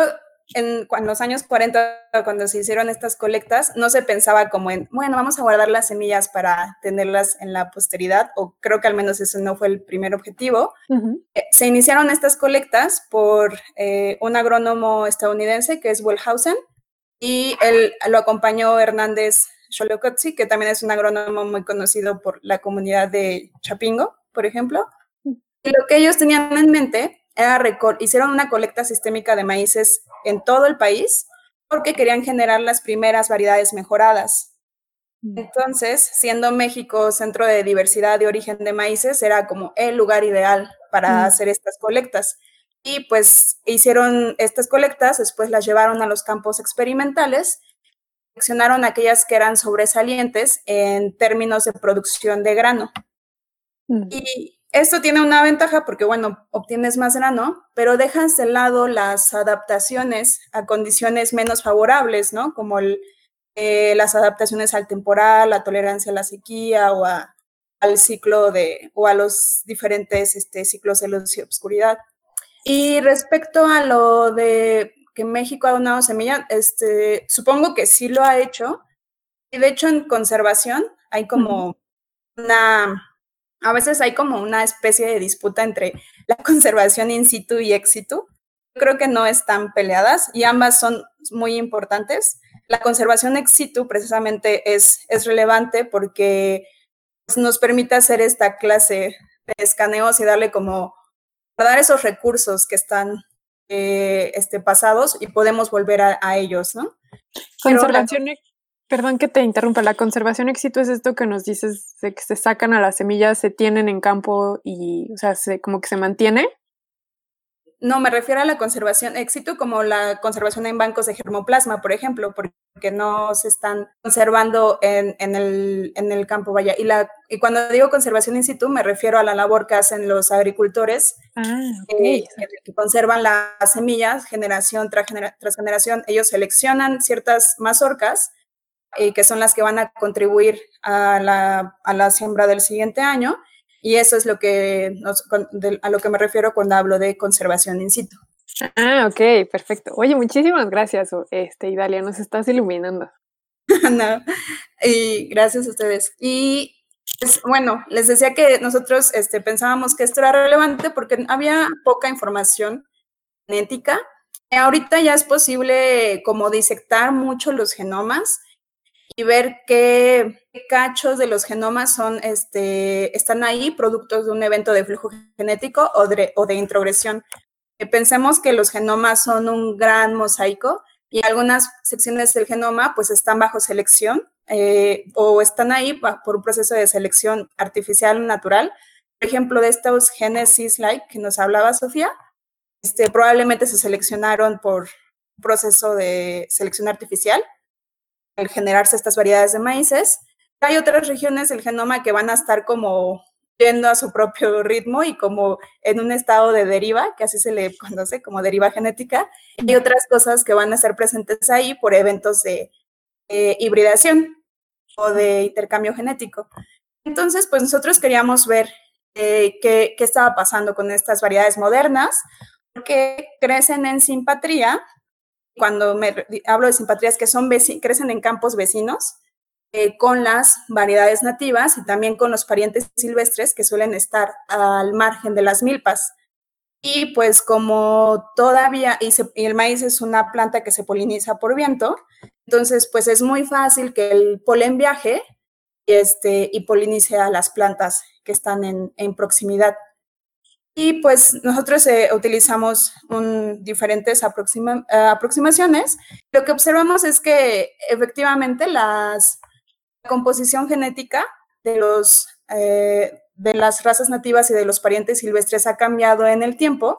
en, en los años cuarenta, cuando se hicieron estas colectas, no se pensaba como en, bueno, vamos a guardar las semillas para tenerlas en la posteridad, o creo que al menos ese no fue el primer objetivo. Uh-huh. Eh, se iniciaron estas colectas por eh, un agrónomo estadounidense que es Wellhausen, y él lo acompañó Hernández Xolocotzi, que también es un agrónomo muy conocido por la comunidad de Chapingo, por ejemplo. Uh-huh. Y lo que ellos tenían en mente era recol- hicieron una colecta sistémica de maíces en todo el país porque querían generar las primeras variedades mejoradas. Entonces, siendo México centro de diversidad de origen de maíces, era como el lugar ideal para mm. hacer estas colectas. Y pues hicieron estas colectas, después las llevaron a los campos experimentales, seleccionaron aquellas que eran sobresalientes en términos de producción de grano. Mm. Y esto tiene una ventaja porque, bueno, obtienes más grano, pero dejas de lado las adaptaciones a condiciones menos favorables, ¿no? Como el, eh, las adaptaciones al temporal, la tolerancia a la sequía o a, al ciclo de, o a los diferentes este, ciclos de luz y obscuridad. Y respecto a lo de que México ha donado semilla, este, supongo que sí lo ha hecho. Y de hecho, en conservación hay como uh-huh. una... A veces hay como una especie de disputa entre la conservación in situ y ex situ. Creo que no están peleadas y ambas son muy importantes. La conservación ex situ precisamente es, es relevante porque nos permite hacer esta clase de escaneos y darle como, dar esos recursos que están eh, este, pasados y podemos volver a, a ellos, ¿no? Conservación ex Perdón que te interrumpa, la conservación ex situ es esto que nos dices de que se sacan a las semillas, se tienen en campo y, o sea, se, como que se mantiene. No, me refiero a la conservación ex situ como la conservación en bancos de germoplasma, por ejemplo, porque no se están conservando en, en, el, en el campo, vaya. Y, la, y cuando digo conservación in situ me refiero a la labor que hacen los agricultores ah, okay. eh, que conservan las semillas generación tras, genera, tras generación. Ellos seleccionan ciertas mazorcas y que son las que van a contribuir a la, a la siembra del siguiente año, y eso es lo que nos, de, a lo que me refiero cuando hablo de conservación in situ. Ah, ok, perfecto. Oye, muchísimas gracias, este, Idalia, nos estás iluminando. No, y gracias a ustedes. Y pues, bueno, les decía que nosotros este, pensábamos que esto era relevante porque había poca información genética. Ahorita ya es posible como disectar mucho los genomas y ver qué cachos de los genomas son, este, están ahí productos de un evento de flujo genético o de, o de introgresión. Eh, pensemos que los genomas son un gran mosaico y algunas secciones del genoma pues están bajo selección eh, o están ahí por un proceso de selección artificial o natural. Por ejemplo, de estos genes cis-like que nos hablaba Sofía, este, probablemente se seleccionaron por un proceso de selección artificial al generarse estas variedades de maíces. Hay otras regiones del genoma que van a estar como yendo a su propio ritmo y como en un estado de deriva, que así se le conoce como deriva genética, y otras cosas que van a estar presentes ahí por eventos de eh, hibridación o de intercambio genético. Entonces, pues nosotros queríamos ver eh, qué, qué estaba pasando con estas variedades modernas, porque crecen en simpatría. Cuando me hablo de simpatrías, que son veci- crecen en campos vecinos eh, con las variedades nativas y también con los parientes silvestres que suelen estar al margen de las milpas. Y pues como todavía, y, se, y el maíz es una planta que se poliniza por viento, entonces pues es muy fácil que el polen viaje y, este, y polinice a las plantas que están en, en proximidad. Y pues nosotros eh, utilizamos un, diferentes aproxima, uh, aproximaciones. Lo que observamos es que efectivamente las, la composición genética de, los, eh, de las razas nativas y de los parientes silvestres ha cambiado en el tiempo.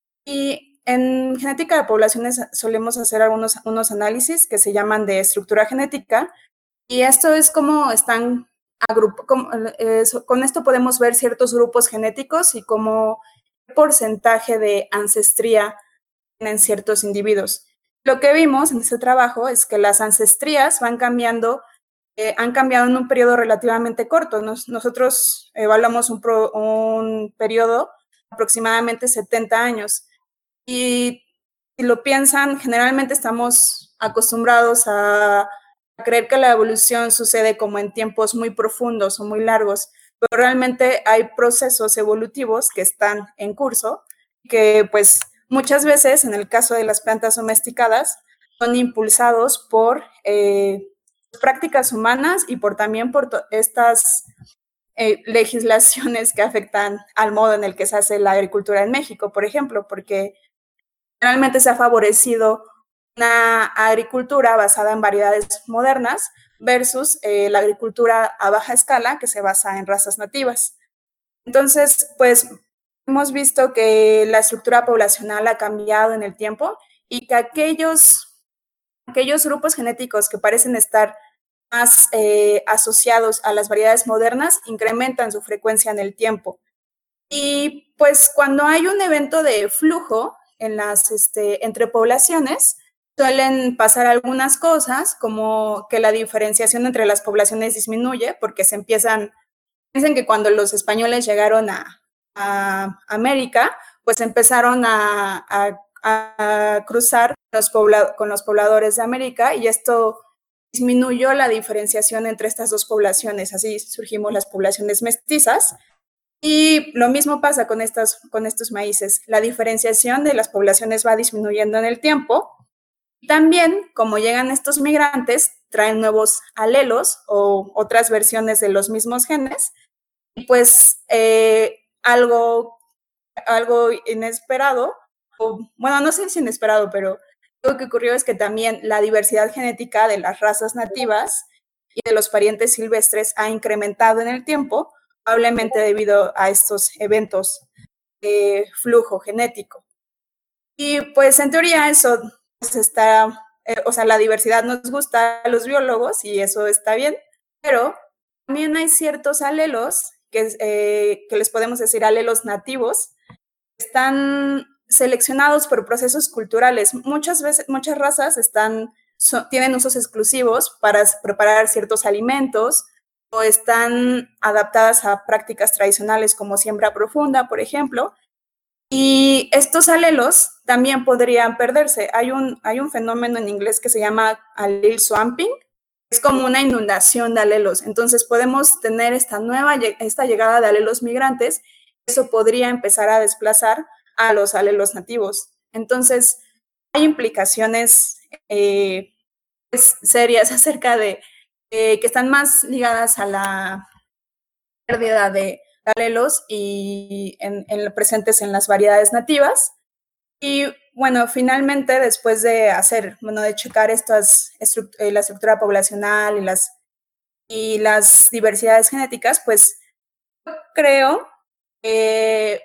Y en genética de poblaciones solemos hacer algunos unos análisis que se llaman de estructura genética. Y esto es como están agrupados. Con, eh, con esto podemos ver ciertos grupos genéticos y cómo porcentaje de ancestría tienen ciertos individuos. Lo que vimos en este trabajo es que las ancestrías van cambiando, eh, han cambiado en un periodo relativamente corto. Nos, nosotros evaluamos un, pro, un periodo aproximadamente setenta años y si lo piensan, generalmente estamos acostumbrados a, a creer que la evolución sucede como en tiempos muy profundos o muy largos, pero realmente hay procesos evolutivos que están en curso, que pues muchas veces, en el caso de las plantas domesticadas, son impulsados por eh, prácticas humanas y por también por estas eh, legislaciones que afectan al modo en el que se hace la agricultura en México, por ejemplo, porque realmente se ha favorecido una agricultura basada en variedades modernas versus eh, la agricultura a baja escala que se basa en razas nativas. Entonces, pues hemos visto que la estructura poblacional ha cambiado en el tiempo y que aquellos, aquellos grupos genéticos que parecen estar más eh, asociados a las variedades modernas incrementan su frecuencia en el tiempo. Y pues cuando hay un evento de flujo en las, este, entre poblaciones, suelen pasar algunas cosas, como que la diferenciación entre las poblaciones disminuye, porque se empiezan, dicen que cuando los españoles llegaron a, a América, pues empezaron a, a, a cruzar los pobla, con los pobladores de América, y esto disminuyó la diferenciación entre estas dos poblaciones, así surgimos las poblaciones mestizas. Y lo mismo pasa con, estas, con estos maíces. La diferenciación de las poblaciones va disminuyendo en el tiempo. También, como llegan estos migrantes, traen nuevos alelos o otras versiones de los mismos genes. Y pues eh, algo, algo inesperado, o, bueno, no sé si inesperado, pero lo que ocurrió es que también la diversidad genética de las razas nativas y de los parientes silvestres ha incrementado en el tiempo, probablemente debido a estos eventos de flujo genético. Y pues en teoría eso pues, está, eh, o sea, la diversidad nos gusta a los biólogos y eso está bien, pero también hay ciertos alelos, que, eh, que les podemos decir alelos nativos, que están seleccionados por procesos culturales. Muchas veces, muchas razas están, so, tienen usos exclusivos para preparar ciertos alimentos, o están adaptadas a prácticas tradicionales como siembra profunda, por ejemplo, y estos alelos también podrían perderse. Hay un, hay un fenómeno en inglés que se llama allele swamping, es como una inundación de alelos. Entonces podemos tener esta nueva, esta llegada de alelos migrantes, eso podría empezar a desplazar a los alelos nativos. Entonces hay implicaciones eh, pues, serias acerca de Eh, que están más ligadas a la pérdida de alelos y en, en presentes en las variedades nativas. Y bueno, finalmente, después de hacer, bueno, de checar estas, estruct eh, la estructura poblacional y las, y las diversidades genéticas, pues creo que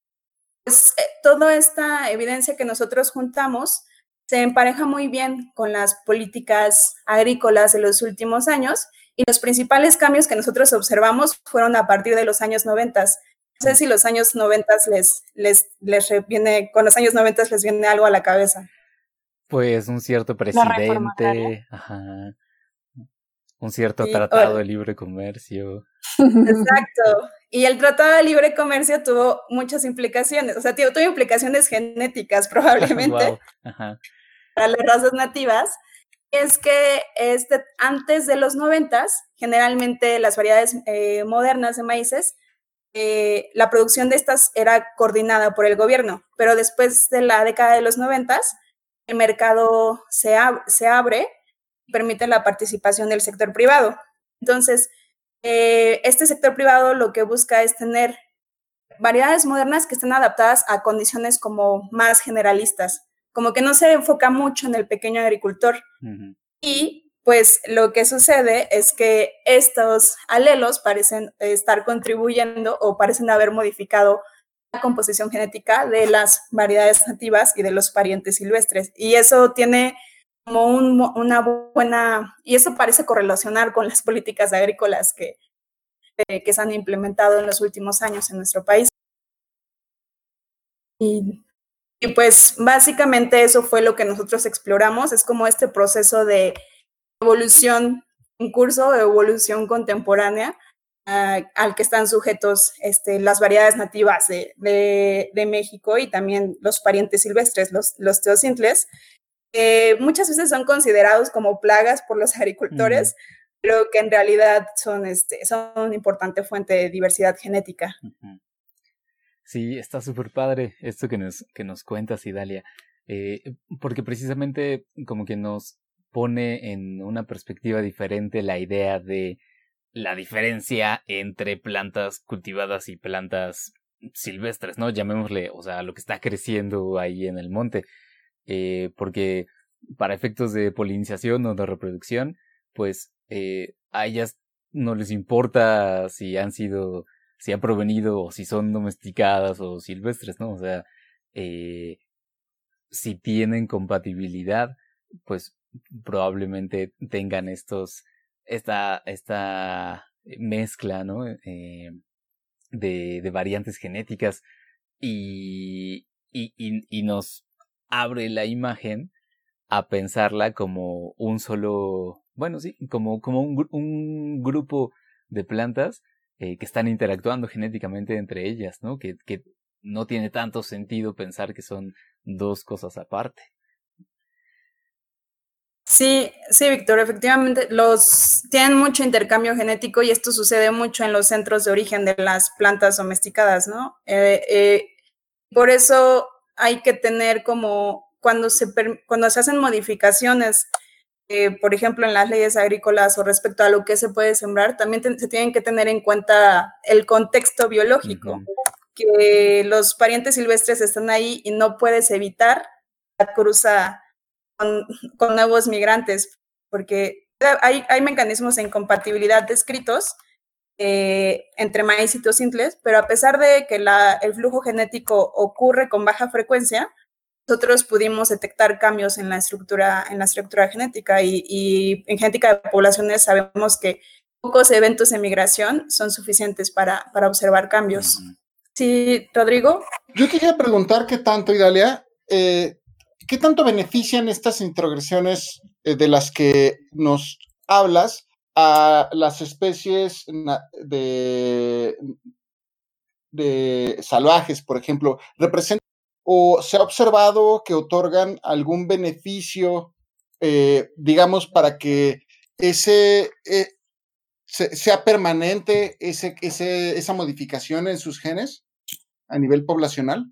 pues, eh, toda esta evidencia que nosotros juntamos se empareja muy bien con las políticas agrícolas de los últimos años, y los principales cambios que nosotros observamos fueron a partir de los años noventa. No sé si los años noventa les, les, les viene, con los años noventa les viene algo a la cabeza. Pues un cierto presidente, ajá, un cierto sí, tratado o... de libre comercio. Exacto. Y el Tratado de Libre Comercio tuvo muchas implicaciones, o sea, tuvo implicaciones genéticas probablemente. Wow. Ajá. Para las razas nativas, es que este, antes de los noventas, generalmente las variedades eh, modernas de maíces, eh, la producción de estas era coordinada por el gobierno, pero después de la década de los noventas, el mercado se, ab se abre y permite la participación del sector privado. Entonces, eh, este sector privado lo que busca es tener variedades modernas que estén adaptadas a condiciones como más generalistas, como que no se enfoca mucho en el pequeño agricultor. Uh-huh. Y pues lo que sucede es que estos alelos parecen estar contribuyendo o parecen haber modificado la composición genética de las variedades nativas y de los parientes silvestres. Y eso tiene como un, una buena, y eso parece correlacionar con las políticas agrícolas que, eh, que se han implementado en los últimos años en nuestro país. Y Y pues básicamente eso fue lo que nosotros exploramos, es como este proceso de evolución en curso, de evolución contemporánea uh, al que están sujetos este, las variedades nativas de, de, de México y también los parientes silvestres, los, los teocintles, eh, muchas veces son considerados como plagas por los agricultores, uh-huh. pero que en realidad son, este, son una importante fuente de diversidad genética. Uh-huh. Sí, está súper padre esto que nos, que nos cuentas, Idalia, eh, porque precisamente como que nos pone en una perspectiva diferente la idea de la diferencia entre plantas cultivadas y plantas silvestres, ¿no? Llamémosle, o sea, lo que está creciendo ahí en el monte, eh, porque para efectos de polinización o de reproducción, pues eh, a ellas no les importa si han sido, si han provenido o si son domesticadas o silvestres, ¿no? O sea, eh, si tienen compatibilidad, pues probablemente tengan estos, esta, esta mezcla, ¿no? Eh, de, de variantes genéticas y, y, y, y nos abre la imagen a pensarla como un solo, bueno, sí, como, como un, un grupo de plantas eh, que están interactuando genéticamente entre ellas, ¿no? Que, que no tiene tanto sentido pensar que son dos cosas aparte. Sí, sí, Víctor, efectivamente, los tienen mucho intercambio genético y esto sucede mucho en los centros de origen de las plantas domesticadas, ¿no? Eh, eh, por eso hay que tener como, cuando se, cuando se hacen modificaciones, eh, por ejemplo, en las leyes agrícolas o respecto a lo que se puede sembrar, también te, se tienen que tener en cuenta el contexto biológico, uh-huh. que los parientes silvestres están ahí y no puedes evitar la cruza Con, con nuevos migrantes, porque hay, hay mecanismos de incompatibilidad descritos eh, entre maíz y teocintles, pero a pesar de que la, el flujo genético ocurre con baja frecuencia, nosotros pudimos detectar cambios en la estructura, en la estructura genética y, y en genética de poblaciones sabemos que pocos eventos de migración son suficientes para, para observar cambios. Uh-huh. Sí, Rodrigo. Yo quería preguntar qué tanto, Idalia, eh, ¿qué tanto benefician estas introgresiones eh, de las que nos hablas a las especies de, de salvajes, por ejemplo? ¿Representan o se ha observado que otorgan algún beneficio, eh, digamos, para que ese eh, se, sea permanente ese, ese, esa modificación en sus genes a nivel poblacional?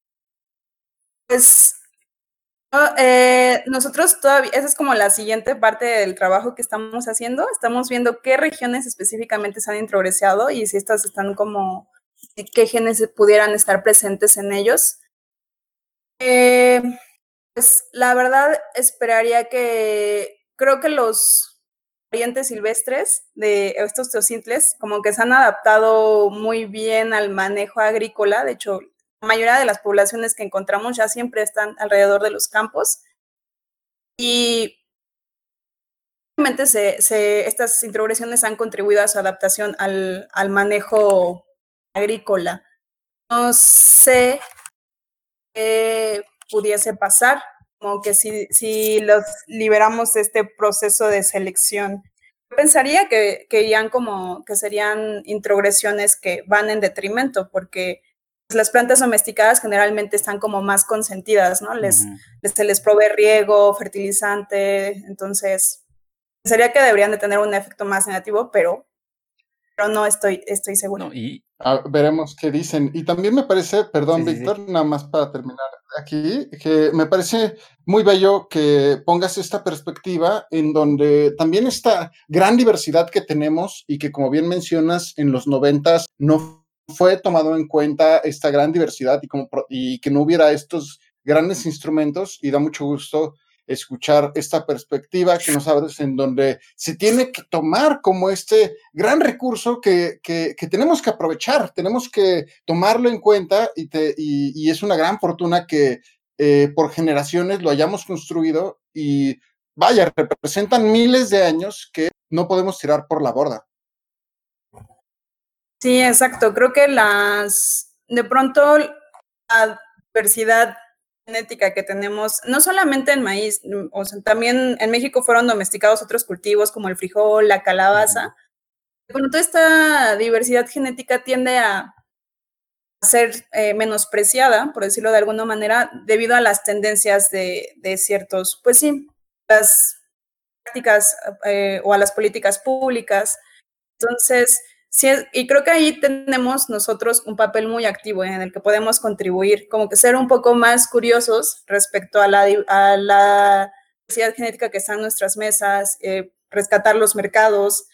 Pues Eh, nosotros todavía, esa es como la siguiente parte del trabajo que estamos haciendo. Estamos viendo qué regiones específicamente se han introgresiado y si estas están como, qué genes pudieran estar presentes en ellos. Eh, pues la verdad esperaría que, creo que los parientes silvestres de estos teocintles como que se han adaptado muy bien al manejo agrícola. De hecho, la mayoría de las poblaciones que encontramos ya siempre están alrededor de los campos y realmente se, se, estas introgresiones han contribuido a su adaptación al, al manejo agrícola. No sé qué pudiese pasar, como que si, si los liberamos de este proceso de selección. Yo pensaría que, que, irían como, que serían introgresiones que van en detrimento, porque las plantas domesticadas generalmente están como más consentidas, ¿no? Les, uh-huh. les, se les provee riego, fertilizante, entonces pensaría que deberían de tener un efecto más negativo, pero, pero no estoy, estoy segura. No, y... ah, veremos qué dicen. Y también me parece, perdón, sí, Víctor, sí, sí. nada más para terminar aquí, que me parece muy bello que pongas esta perspectiva en donde también esta gran diversidad que tenemos y que, como bien mencionas, en los noventas no fue tomado en cuenta esta gran diversidad y, como, y que no hubiera estos grandes instrumentos, y da mucho gusto escuchar esta perspectiva que nos abres en donde se tiene que tomar como este gran recurso que, que, que tenemos que aprovechar, tenemos que tomarlo en cuenta y, te, y, y es una gran fortuna que eh, por generaciones lo hayamos construido y vaya, representan miles de años que no podemos tirar por la borda. Sí, exacto. Creo que las, de pronto, la diversidad genética que tenemos, no solamente en maíz, o sea, también en México fueron domesticados otros cultivos como el frijol, la calabaza. bueno, toda esta diversidad genética tiende a ser eh, menospreciada, por decirlo de alguna manera, debido a las tendencias de, de ciertos, pues sí, las prácticas eh, o a las políticas públicas. Entonces, sí, y creo que ahí tenemos nosotros un papel muy activo en el que podemos contribuir, como que ser un poco más curiosos respecto a la, a la diversidad genética que está en nuestras mesas, eh, rescatar los mercados.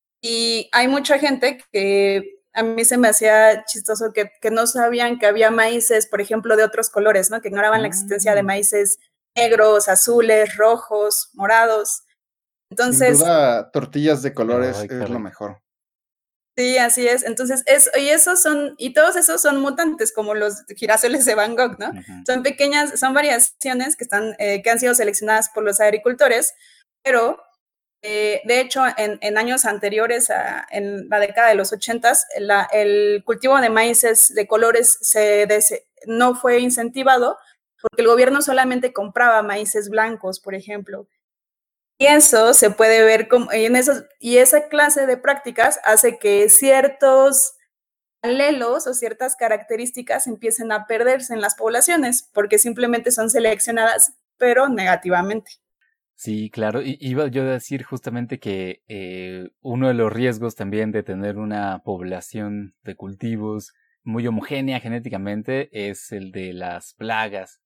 Y hay mucha gente que a mí se me hacía chistoso que, que no sabían que había maíces, por ejemplo, de otros colores, ¿no? Que ignoraban la existencia de maíces negros, azules, rojos, morados. Entonces, sin duda, tortillas de colores Ay, es lo caray. mejor. Sí, así es. Entonces, es, y esos son, y todos esos son mutantes, como los girasoles de Van Gogh, ¿no? Ujú. Son pequeñas, son variaciones que están, eh, que han sido seleccionadas por los agricultores, pero eh, de hecho, en, en años anteriores, a, en la década de los ochentas, la, el cultivo de maíces de colores se des, no fue incentivado porque el gobierno solamente compraba maíces blancos, por ejemplo. Y eso se puede ver como, y, en esos, y esa clase de prácticas hace que ciertos alelos o ciertas características empiecen a perderse en las poblaciones, porque simplemente son seleccionadas, pero negativamente. Sí, claro. Y iba yo a decir justamente que eh, uno de los riesgos también de tener una población de cultivos muy homogénea genéticamente es el de las plagas,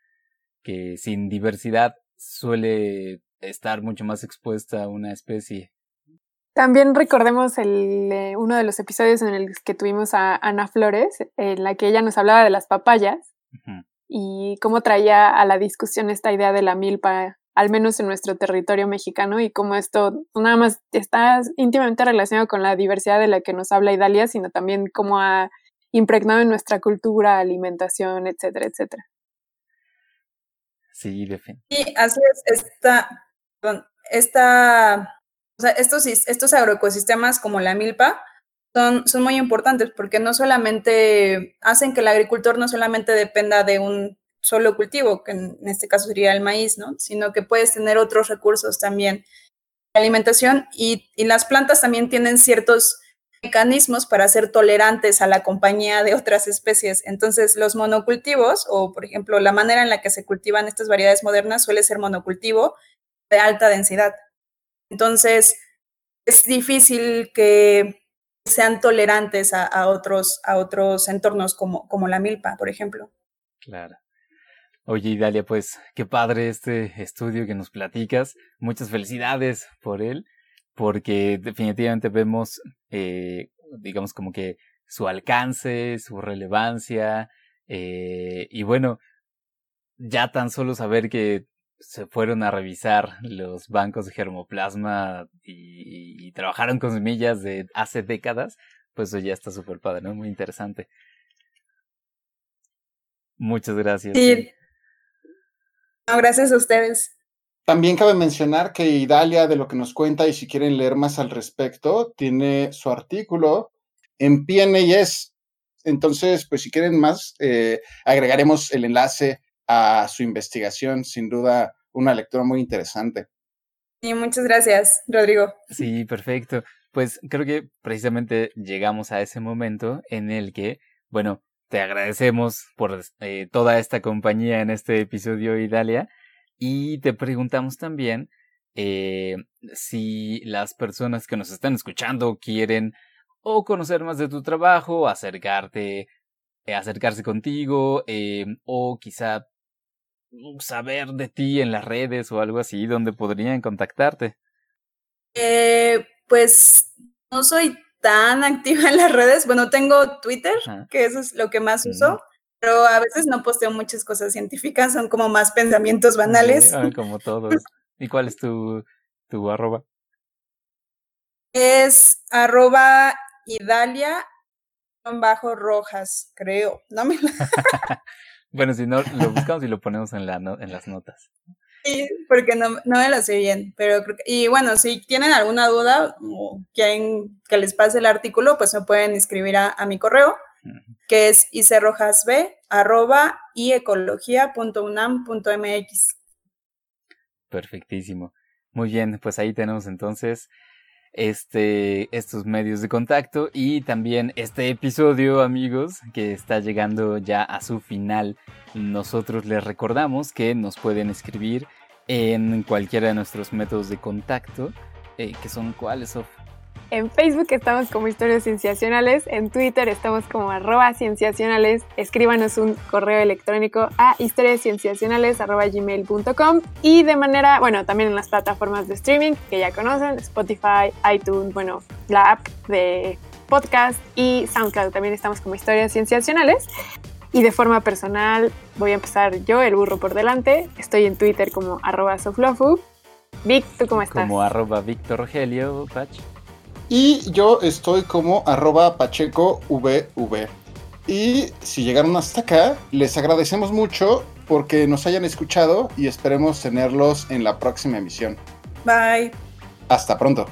que sin diversidad suele estar mucho más expuesta a una especie. También recordemos el, eh, uno de los episodios en el que tuvimos a Ana Flores, en la que ella nos hablaba de las papayas uh-huh. y cómo traía a la discusión esta idea de la milpa, al menos en nuestro territorio mexicano, y cómo esto no nada más está íntimamente relacionado con la diversidad de la que nos habla Idalia, sino también cómo ha impregnado en nuestra cultura, alimentación, etcétera, etcétera. Sí, definitivamente. Sí, así es, esta, perdón, esta, o sea, estos, estos agroecosistemas como la milpa son, son muy importantes porque no solamente hacen que el agricultor no solamente dependa de un solo cultivo, que en este caso sería el maíz, ¿no? Sino que puedes tener otros recursos también de alimentación y, y las plantas también tienen ciertos mecanismos para ser tolerantes a la compañía de otras especies. Entonces, los monocultivos, o por ejemplo, la manera en la que se cultivan estas variedades modernas suele ser monocultivo de alta densidad. Entonces, es difícil que sean tolerantes a, a, otros, a otros entornos como, como la milpa, por ejemplo. Claro. Oye, Idalia, pues qué padre este estudio que nos platicas. Muchas felicidades por él, porque definitivamente vemos, eh, digamos, como que su alcance, su relevancia, eh, y bueno, ya tan solo saber que se fueron a revisar los bancos de germoplasma y, y trabajaron con semillas de hace décadas, pues eso ya está súper padre, ¿no? Muy interesante. Muchas gracias. Sí. No, gracias a ustedes. También cabe mencionar que Idalia, de lo que nos cuenta, y si quieren leer más al respecto, tiene su artículo en P N A S. Entonces, pues si quieren más, eh, agregaremos el enlace a su investigación. Sin duda, una lectura muy interesante. Sí, muchas gracias, Rodrigo. Sí, perfecto. Pues creo que precisamente llegamos a ese momento en el que, bueno, te agradecemos por eh, toda esta compañía en este episodio, Idalia. Y te preguntamos también eh, si las personas que nos están escuchando quieren o conocer más de tu trabajo, acercarte, eh, acercarse contigo, eh, o quizá saber de ti en las redes o algo así, donde podrían contactarte. Eh, pues no soy tan activa en las redes. Bueno, tengo Twitter, Ajá. que eso es lo que más uso. Mm. Pero a veces no posteo muchas cosas científicas, son como más pensamientos banales. Sí, ah, como todos. ¿Y cuál es tu, tu arroba? Es arroba Idalia bajo Rojas, creo. No me Bueno, si no, lo buscamos y lo ponemos en, la no, en las notas. Sí, porque no, no me lo sé bien. Pero creo que, y bueno, si tienen alguna duda o quieren que les pase el artículo, pues me pueden escribir a, a mi correo, que es icerrojasb arroba iecología punto unam punto mx. Perfectísimo. Muy bien, pues ahí tenemos entonces este, estos medios de contacto y también este episodio, amigos, que está llegando ya a su final. Nosotros les recordamos que nos pueden escribir en cualquiera de nuestros métodos de contacto, eh, que son cuáles, Sof. En Facebook estamos como Historias Cienciacionales, en Twitter estamos como arroba cienciacionales, escríbanos un correo electrónico a historiascienciacionales arroba gmail punto com y de manera, bueno, también en las plataformas de streaming que ya conocen, Spotify, iTunes, bueno, la app de podcast y SoundCloud, también estamos como Historias Cienciacionales. Y de forma personal voy a empezar yo, el burro por delante, estoy en Twitter como arroba soflofu. Vic, ¿tú cómo estás? Como arroba Víctor Rogelio, Pach. Y yo estoy como arroba pachecovv. Y si llegaron hasta acá, les agradecemos mucho porque nos hayan escuchado y esperemos tenerlos en la próxima emisión. Bye. Hasta pronto.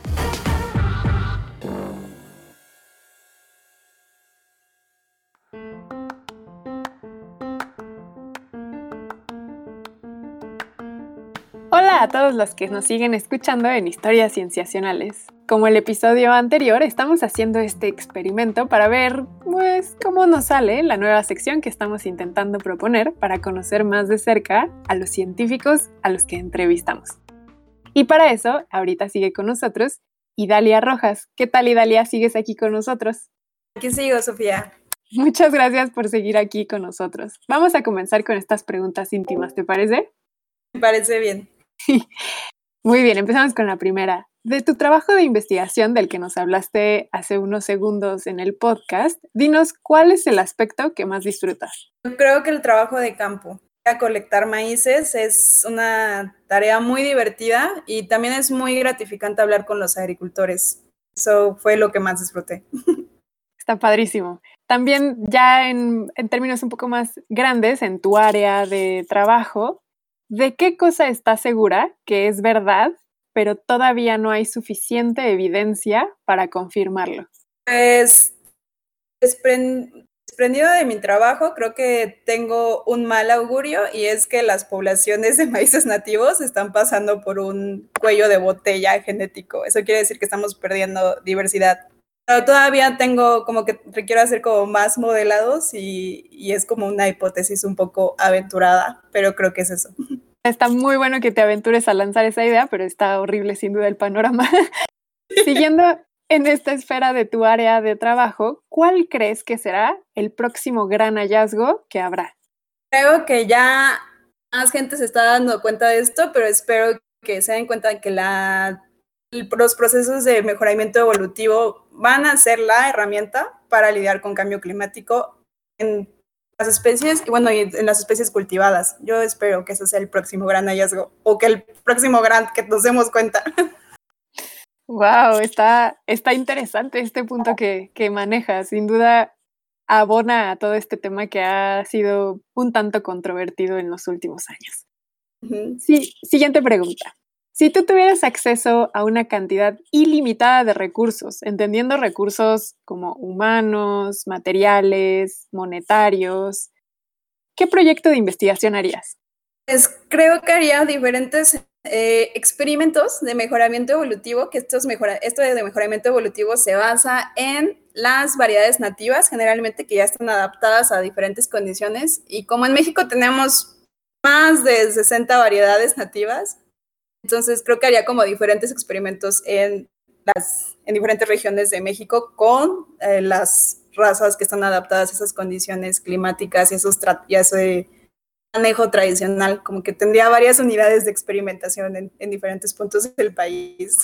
Hola a todos los que nos siguen escuchando en Historias Cienciacionales. Como el episodio anterior, estamos haciendo este experimento para ver, pues, cómo nos sale la nueva sección que estamos intentando proponer para conocer más de cerca a los científicos a los que entrevistamos. Y para eso, ahorita sigue con nosotros Idalia Rojas. ¿Qué tal, Idalia? ¿Sigues aquí con nosotros? Aquí sigo, Sofía. Muchas gracias por seguir aquí con nosotros. Vamos a comenzar con estas preguntas íntimas, ¿te parece? Me parece bien. Muy bien, empezamos con la primera. De tu trabajo de investigación del que nos hablaste hace unos segundos en el podcast, dinos cuál es el aspecto que más disfrutas. Yo creo que el trabajo de campo, a colectar maíces, es una tarea muy divertida y también es muy gratificante hablar con los agricultores. Eso fue lo que más disfruté. Está padrísimo. También ya en, en términos un poco más grandes, en tu área de trabajo, ¿de qué cosa estás segura que es verdad, pero todavía no hay suficiente evidencia para confirmarlo? Pues, desprend- desprendido de mi trabajo, creo que tengo un mal augurio y es que las poblaciones de maíces nativos están pasando por un cuello de botella genético. Eso quiere decir que estamos perdiendo diversidad. Pero todavía tengo como que requiero hacer como más modelados y, y es como una hipótesis un poco aventurada, pero creo que es eso. Está muy bueno que te aventures a lanzar esa idea, pero está horrible sin duda el panorama. Siguiendo en esta esfera de tu área de trabajo, ¿cuál crees que será el próximo gran hallazgo que habrá? Creo que ya más gente se está dando cuenta de esto, pero espero que se den cuenta de que la, los procesos de mejoramiento evolutivo van a ser la herramienta para lidiar con cambio climático en las especies y bueno, y en las especies cultivadas. Yo espero que ese sea el próximo gran hallazgo o que el próximo gran que nos demos cuenta. Wow, está, está interesante este punto que, que manejas. Sin duda abona a todo este tema que ha sido un tanto controvertido en los últimos años. Uh-huh. Sí, siguiente pregunta. Si tú tuvieras acceso a una cantidad ilimitada de recursos, entendiendo recursos como humanos, materiales, monetarios, ¿qué proyecto de investigación harías? Pues creo que haría diferentes eh, experimentos de mejoramiento evolutivo, que estos mejora, esto de mejoramiento evolutivo se basa en las variedades nativas, generalmente que ya están adaptadas a diferentes condiciones, y como en México tenemos más de sesenta variedades nativas, entonces creo que haría como diferentes experimentos en, las, en diferentes regiones de México con eh, las razas que están adaptadas a esas condiciones climáticas y, esos tra- y a ese manejo tradicional, como que tendría varias unidades de experimentación en, en diferentes puntos del país.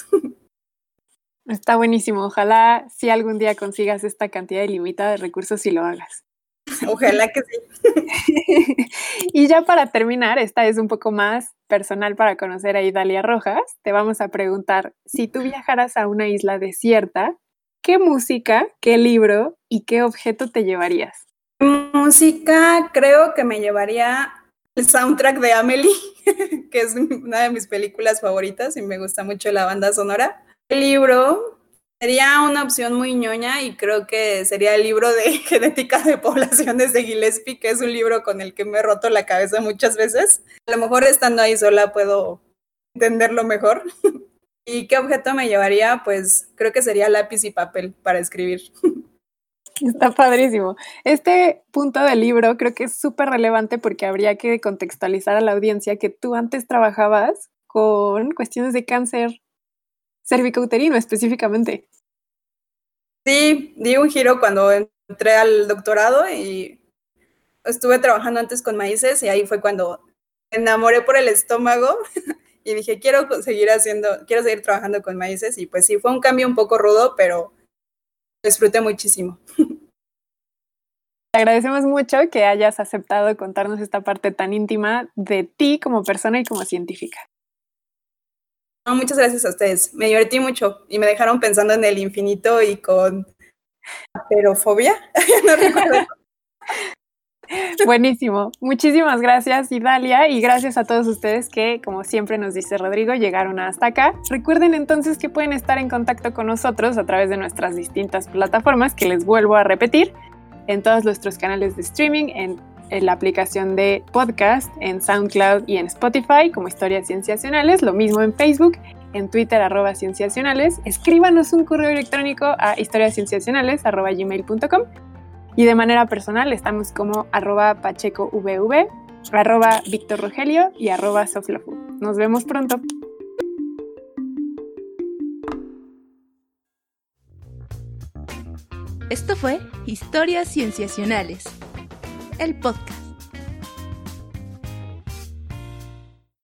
Está buenísimo. Ojalá si algún día consigas esta cantidad ilimitada de recursos y lo hagas. Ojalá que sí. Y ya para terminar, esta es un poco más personal para conocer a Idalia Rojas. Te vamos a preguntar, si tú viajaras a una isla desierta, ¿qué música, qué libro y qué objeto te llevarías? Música, creo que me llevaría el soundtrack de Amélie, que es una de mis películas favoritas y me gusta mucho la banda sonora. El libro sería una opción muy ñoña y creo que sería el libro de Genética de Poblaciones de Gillespie, que es un libro con el que me he roto la cabeza muchas veces. A lo mejor estando ahí sola puedo entenderlo mejor. ¿Y qué objeto me llevaría? Pues creo que sería lápiz y papel para escribir. Está padrísimo. Este punto del libro creo que es súper relevante porque habría que contextualizar a la audiencia que tú antes trabajabas con cuestiones de cáncer cervicouterino específicamente. Sí, di un giro cuando entré al doctorado y estuve trabajando antes con maíces y ahí fue cuando me enamoré por el estómago y dije, quiero seguir haciendo, quiero seguir trabajando con maíces y pues sí, fue un cambio un poco rudo, pero lo disfruté muchísimo. Te agradecemos mucho que hayas aceptado contarnos esta parte tan íntima de ti como persona y como científica. No, muchas gracias a ustedes. Me divertí mucho y me dejaron pensando en el infinito y con aperofobia. No recuerdo. Buenísimo. Muchísimas gracias, Idalia, y gracias a todos ustedes que, como siempre nos dice Rodrigo, llegaron hasta acá. Recuerden entonces que pueden estar en contacto con nosotros a través de nuestras distintas plataformas, que les vuelvo a repetir, en todos nuestros canales de streaming, en, en la aplicación de podcast, en SoundCloud y en Spotify como Historias Cienciacionales, lo mismo en Facebook, en Twitter, arroba Cienciacionales. Escríbanos un correo electrónico a historiascienciacionales arroba gmail punto com. Y de manera personal estamos como arroba pachecovv, arroba Víctor Rogelio y arroba Soflofu. Nos vemos pronto. Esto fue Historias Cienciacionales, el podcast.